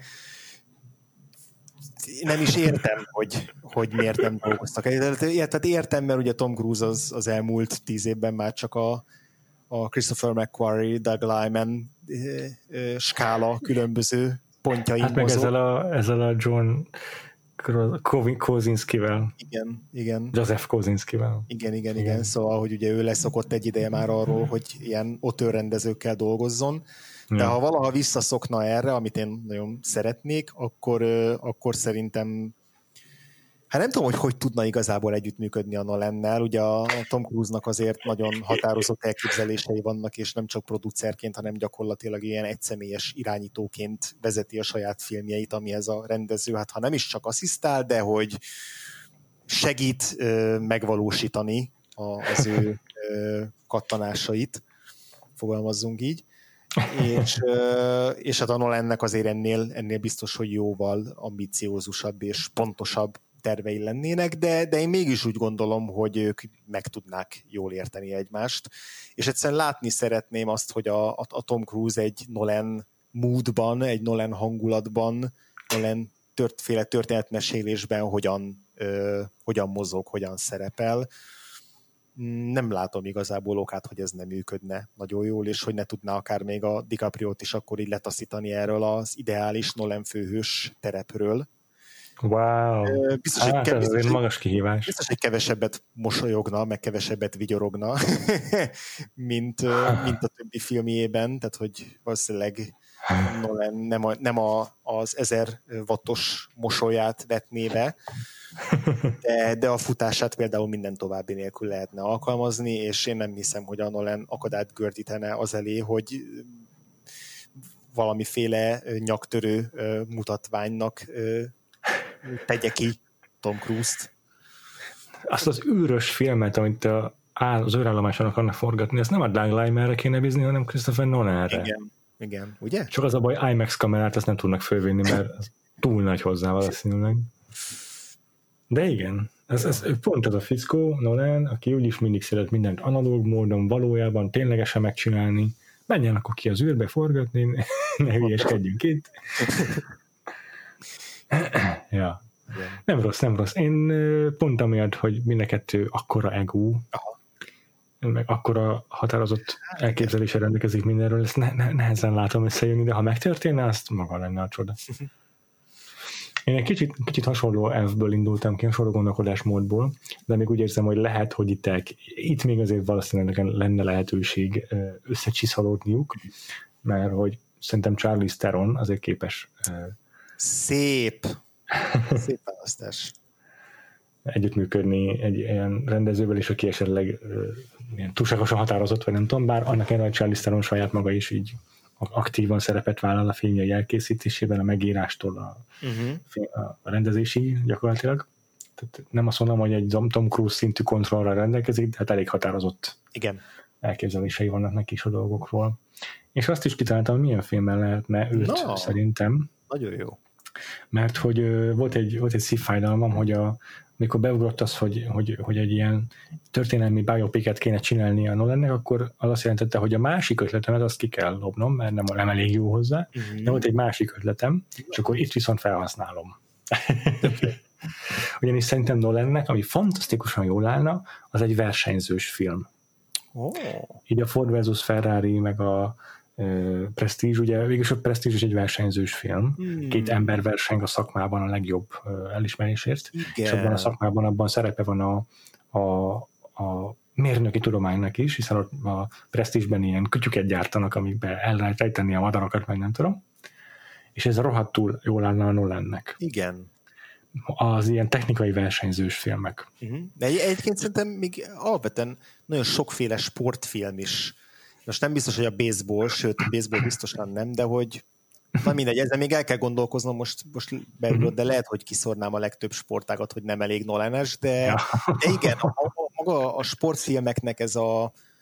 nem is értem, hogy, hogy miért nem dolgoztak. Tehát értem, mert ugye Tom Cruise az, az elmúlt tíz évben már csak a, a Christopher McQuarrie, Doug Liman skála különböző pontjain hát meg ezzel a, ezzel a John Kosinskivel. Igen, igen. Joseph Kosinskivel. Igen, igen, igen, igen. Szóval, hogy ugye ő leszokott egy ideje már arról, hogy ilyen otőrrendezőkkel dolgozzon, de ja. ha valaha visszaszokna erre, amit én nagyon szeretnék, akkor, akkor szerintem Hát nem tudom, hogy hogy tudna igazából együttműködni a Nolannel. Ugye a Tom Cruise-nak azért nagyon határozott elképzelései vannak, és nem csak producerként, hanem gyakorlatilag ilyen egyszemélyes irányítóként vezeti a saját filmjeit, amihez a rendező, hát ha nem is csak asszisztál, de hogy segít ö, megvalósítani a, az ő ö, kattanásait, fogalmazzunk így. és, és hát a Nolannek azért ennél, ennél biztos, hogy jóval ambiciózusabb és pontosabb tervei lennének, de, de én mégis úgy gondolom, hogy ők meg tudnák jól érteni egymást, és egyszerűen látni szeretném azt, hogy a, a, a Tom Cruise egy Nolan moodban, egy Nolan hangulatban, Nolan történetféle történetmesélésben hogyan, ö, hogyan mozog, hogyan szerepel. Nem látom igazából okát, hogy ez nem működne nagyon jól, és hogy ne tudná akár még a DiCapriót is akkor így letaszítani erről az ideális Nolan főhős terepről. Wow! Biztos, hát, hogy kev- ez egy magas kihívás. Biztos, hogy kevesebbet mosolyogna, meg kevesebbet vigyorogna, mint, mint a többi filmjében, tehát hogy valószínűleg Nolan nem, a, nem a, az ezer wattos mosolyát vetné be, de, de a futását például minden további nélkül lehetne alkalmazni, és én nem hiszem, hogy a Nolan akadályt gördítene az elé, hogy valamiféle nyaktörő mutatványnak tegye ki Tom Cruise-t. Azt az űrös filmet, amit a, az űrállomáson akarnak forgatni, ezt nem a Doug Limerre kéne bízni, hanem Christopher Nolanre. Igen, igen, ugye? Csak az a baj, IMAX kamerát ezt nem tudnak fölvinni, mert az túl nagy hozzá valószínűleg. De igen, ez, ez pont az a fickó, Nolan, aki úgyis mindig szeret mindent analóg módon, valójában ténylegesen megcsinálni. Menjen akkor ki az űrbe forgatni, ne hülyeskedjünk itt. Ja. Nem rossz, nem rossz. Én pont amiatt, hogy mind a kettő akkora ego, aha, meg akkora határozott elképzelése rendelkezik mindenről, ezt ne, ne, nehezen látom összejönni, de ha megtörténne, azt maga lenne a csoda. Én egy kicsit, kicsit hasonló elfből indultam ki, hasonló gondolkodásmódból, de még úgy érzem, hogy lehet, hogy itt, el, itt még azért valószínűleg lenne lehetőség összecsiszolódniuk, mert hogy szerintem Charlize Theron azért képes. Szép! Szép választás. Együttműködni egy ilyen rendezővel is, aki esetleg ilyen túlságosan határozott, vagy nem tudom, bár annak ellenére, hogy Charlize Theron saját maga is így aktívan szerepet vállal a filmjei elkészítésében, a megírástól a, uh-huh. a rendezésig gyakorlatilag. Tehát nem azt mondom, hogy egy Tom Cruise szintű kontrollra rendelkezik, de hát elég határozott igen. elképzelései vannak neki is a dolgokról. És azt is kitaláltam, milyen filmben lehetne őt no. szerintem. Nagyon jó. Mert hogy uh, volt egy, volt egy szívfájdalmam, hogy a, mikor beugrott az, hogy, hogy, hogy egy ilyen történelmi biopicet kéne csinálni a Nolannek, akkor az azt jelentette, hogy a másik ötletemet azt ki kell lopnom, mert nem, nem elég jó hozzá, mm-hmm. de volt egy másik ötletem, és akkor itt viszont felhasználom. Ugyanis szerintem Nolannek, ami fantasztikusan jól állna, az egy versenyzős film. Oh. Így a Ford versus Ferrari, meg a Uh, Prestige, ugye végülis a Prestige is egy versenyzős film. Hmm. Két ember verseng a szakmában a legjobb uh, elismerésért. Igen. És abban a szakmában abban szerepe van a, a, a mérnöki tudománynak is, hiszen a Prestige-ben ilyen kütyüket gyártanak, amikbe el lehet rejteni a madarakat, meg nem tudom. És ez rohadtul jól állna a Nolannek. Igen. Az ilyen technikai versenyzős filmek. Uh-huh. De egyébként szerintem még alapvetően nagyon sokféle sportfilm is. Most nem biztos, hogy a baseball, sőt, a baseball biztosan nem, de hogy na mindegy, ezzel még el kell gondolkoznom, most, most beülött, de lehet, hogy kiszornám a legtöbb sportágat, hogy nem elég Nolanes, de, ja. de igen, a, a, maga a sportfilmeknek ez a,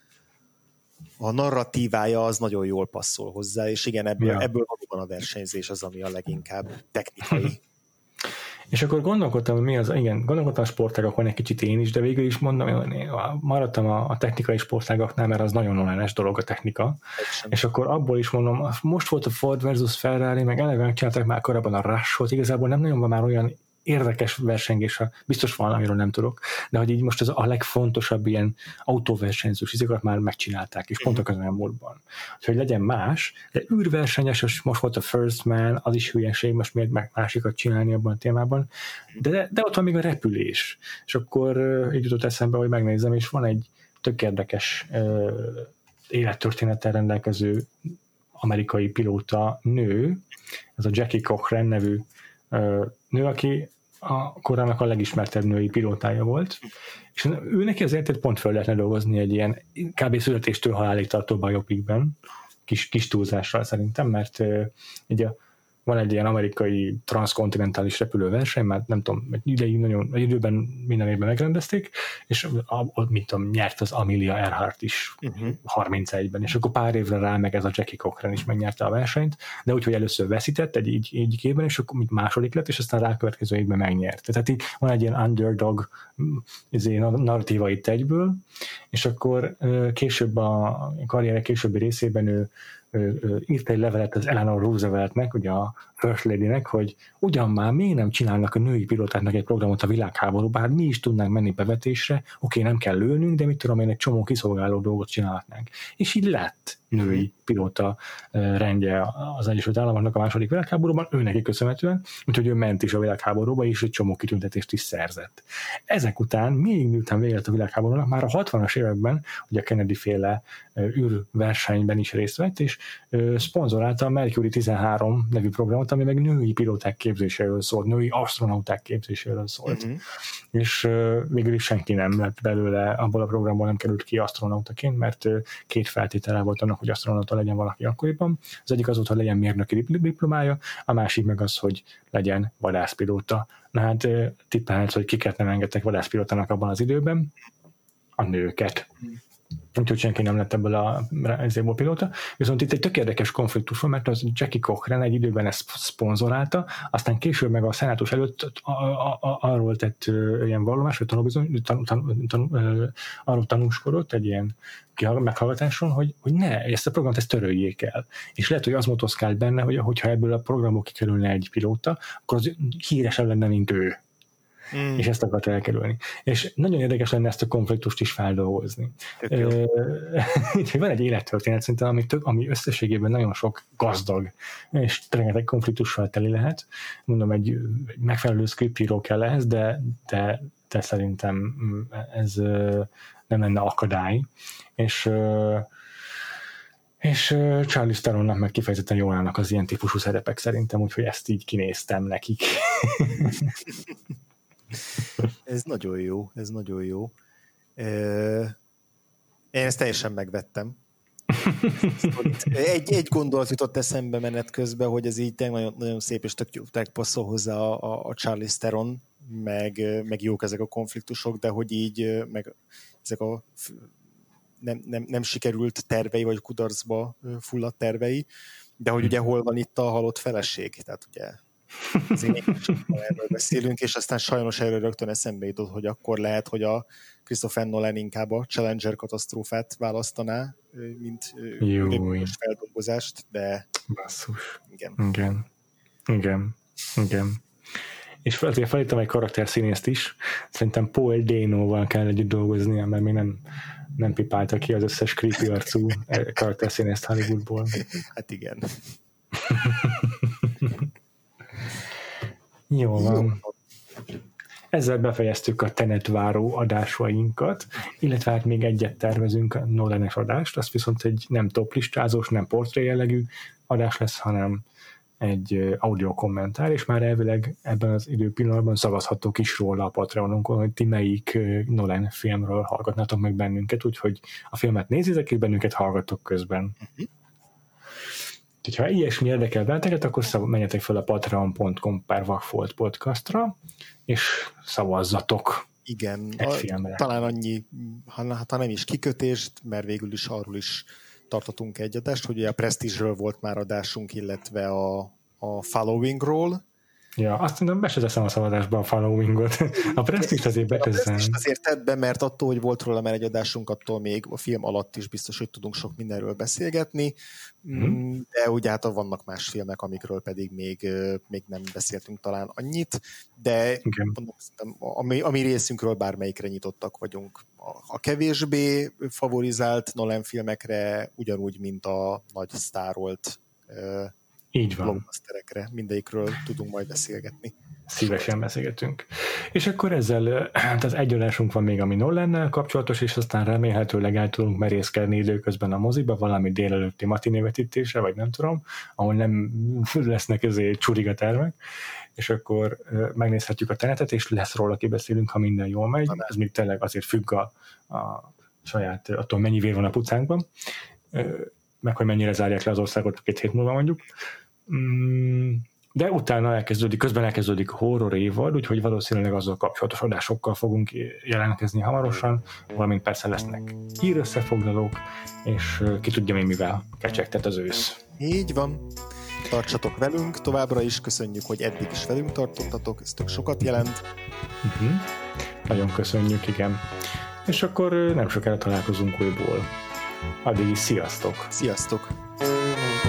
a narratívája az nagyon jól passzol hozzá, és igen, ebből, ja. ebből valóban a versenyzés az, ami a leginkább technikai. És akkor gondolkodtam, hogy mi az, igen, gondolkodtam a sportágakon egy kicsit én is, de végül is mondom, maradtam a, a technikai sportágaknál, mert az nagyon Nolanes dolog a technika. Egyszerűen. És akkor abból is mondom, most volt a Ford versus Ferrari, meg eleve megcsinálták már korábban a Rush-ot, igazából nem nagyon van már olyan érdekes versengés, biztos van, amiről nem tudok, de hogy így most az a legfontosabb ilyen autóversenyzős izékat már megcsinálták, és pont a elmúltban. Hogy legyen más, de űrversenyes, most volt a First Man, az is hülyeség, most miért meg másikat csinálni abban a témában, de, de ott van még a repülés. És akkor így jutott eszembe, hogy megnézem, és van egy tök érdekes uh, élettörténettel rendelkező amerikai pilóta nő, ez a Jackie Cochran nevű uh, nő, aki a korának a legismertebb női pilótája volt, és ő neki azért egy pont föl lehetne dolgozni egy ilyen kb. Születéstől halálig tartó biopikben, kis, kis túlzással szerintem, mert uh, ugye van egy ilyen amerikai transzkontinentális repülőverseny, már nem tudom, egy ideig nagyon, egy időben minden évben megrendezték, és ott, mint tudom, nyert az Amelia Earhart is uh-huh. harmincegyben, és akkor pár évre rá meg ez a Jackie Cochran is megnyerte a versenyt, de úgy, hogy először veszített egy így, egyik évben, és akkor második lett, és aztán rákövetkező évben megnyert. Tehát így van egy ilyen underdog narratíva itt egyből, és akkor később a karriere későbbi részében ő írt egy levelet az Eleanor Rooseveltnek, ugye a First Lady-nek, hogy ugyan már miért nem csinálnak a női pilótáknak egy programot a világháborúban, hát mi is tudnánk menni bevetésre, oké, nem kell lőnünk, de mit tudom én, egy csomó kiszolgáló dolgot csinálhatnánk. És így lett női pilóta rendje az Egyesült Államoknak a második világháborúban, ő neki köszönhetően, úgyhogy ő ment is a világháborúba, és egy csomó kitüntetést is szerzett. Ezek után, még miután vége lett a világháborúnak, már a hatvanas években, ugye a Kennedy-féle űrversenyben is részt vett, és szponzorálta a Mercury tizenhárom nevű programot, ami meg női pilóták képzéséről szólt, női astronauták képzéséről szólt. Uh-huh. És végül is senki nem lett belőle, abból a programból nem került ki astronautaként, mert két feltétele volt annak, hogy astronauta legyen valaki akkoriban. Az egyik az volt, hogy legyen mérnöki diplomája, a másik meg az, hogy legyen vadászpilóta. Na hát tippelhetsz, hogy kiket nem engedtek vadászpilótának abban az időben? A nőket. Úgyhogy senki nem lett ebből a ezéből pilóta. Viszont itt egy tök érdekes konfliktus van, mert az Jackie Cochran egy időben ezt szponzorálta, aztán később meg a szenátus előtt a, a, a, arról tett uh, ilyen vallomás, hogy tanúbizony, tan, tan, tan, uh, arról tanúskodott egy ilyen meghallgatáson, hogy, hogy ne, ezt a programot ezt töröljék el. És lehet, hogy az motoszkált benne, hogy hogyha ebből a programból kikerülne egy pilóta, akkor az híresebb lenne, mint ő. Mm. És ezt akarta elkerülni. És nagyon érdekes lenne ezt a konfliktust is feldolgozni. Úgyhogy van egy élettörténet szerintem, ami, tök, ami összességében nagyon sok gazdag, és rengeteg konfliktussal teli lehet. Mondom, egy, egy megfelelő scriptíró kell ehhez, de, de, de szerintem ez nem lenne akadály. És és Charlize Theronnak meg kifejezetten jól állnak az ilyen típusú szerepek szerintem, úgyhogy ezt így kinéztem nekik. Ez nagyon jó, ez nagyon jó. Én ezt teljesen megvettem. Egy, egy gondolat jutott eszembe menet közben, hogy ez így nagyon, nagyon szép, és tök passzol hozzá a, a Charlize Theron, meg, meg jók ezek a konfliktusok, de hogy így meg ezek a nem, nem, nem sikerült tervei, vagy kudarcba fulladt tervei, de hogy ugye hol van itt a halott feleség, tehát ugye azért erről beszélünk, és aztán sajnos erről rögtön eszembe jutott, hogy akkor lehet, hogy a Christopher Nolan inkább a Challenger katasztrófát választaná, mint ürömös feldolgozást, de basszus. Igen. Igen. Igen. Igen. És azért felítem egy karakterszínészt is. Szerintem Paul Dano-val kell együtt dolgoznia, mert még nem, nem pipálta ki az összes creepy arcú karakterszínészt Hollywoodból. Hát igen. Jó van. Ezzel befejeztük a Tenet váró adásainkat, illetve hát még egyet tervezünk, a Nolan-es adást, az viszont egy nem toplistázós, nem portré jellegű adás lesz, hanem egy audio kommentár, és már elvileg ebben az időpillanatban szavazhatók is róla a Patreonunkon, hogy ti melyik Nolan filmről hallgatnátok meg bennünket, úgyhogy a filmet nézitek, és bennünket hallgatok közben. Uh-huh. Ha ilyesmi érdekel benneteket, akkor szav- menjetek fel a patreon pont com per Vagfolt podcastra, és szavazzatok. Igen, a, talán annyi, ha, ha nem is kikötést, mert végül is arról is tartatunk egy adást, hogy a Prestige-ről volt már adásunk, illetve a, a Following-ról. Ja, azt mondom, be se teszem a szavazásba a Following-ot. A Prestige azért beteszem. A azért tedd be, mert attól, hogy volt róla már egy adásunk, attól még a film alatt is biztos, hogy tudunk sok mindenről beszélgetni, mm. de úgy hát vannak más filmek, amikről pedig még, még nem beszéltünk talán annyit, de mondom, a, mi, a mi részünkről bármelyikre nyitottak vagyunk. A, a kevésbé favorizált Nolan filmekre, ugyanúgy, mint a nagy sztárolt így van. blockbusterekre, mindegyikről tudunk majd beszélgetni. szívesen beszélgetünk. És akkor ezzel, hát az egy adásunk van még, ami Nolannel kapcsolatos, és aztán remélhetőleg el tudunk merészkedni időközben a moziba, valami délelőtti matinévetítésre, vagy nem tudom, ahol nem lesznek ezért csurigatermek, és akkor megnézhetjük a Tenetet, és lesz róla kibeszélünk, ha minden jól megy. Ez még tényleg azért függ a, a saját, attól mennyi vér van a pucánkban, meg hogy mennyire zárják le az országot két hét múlva mondjuk. De utána elkezdődik, közben elkezdődik a horror évad, úgyhogy valószínűleg azzal kapcsolatos adásokkal fogunk jelentkezni hamarosan, valamint persze lesznek hírösszefoglalók, és ki tudja még mivel kecsegtet az ősz. Így van. Tartsatok velünk, továbbra is köszönjük, hogy eddig is velünk tartottatok, ez tök sokat jelent. Uh-huh. Nagyon köszönjük, igen. És akkor nem sokára találkozunk újból. Addig is sziasztok! Sziasztok!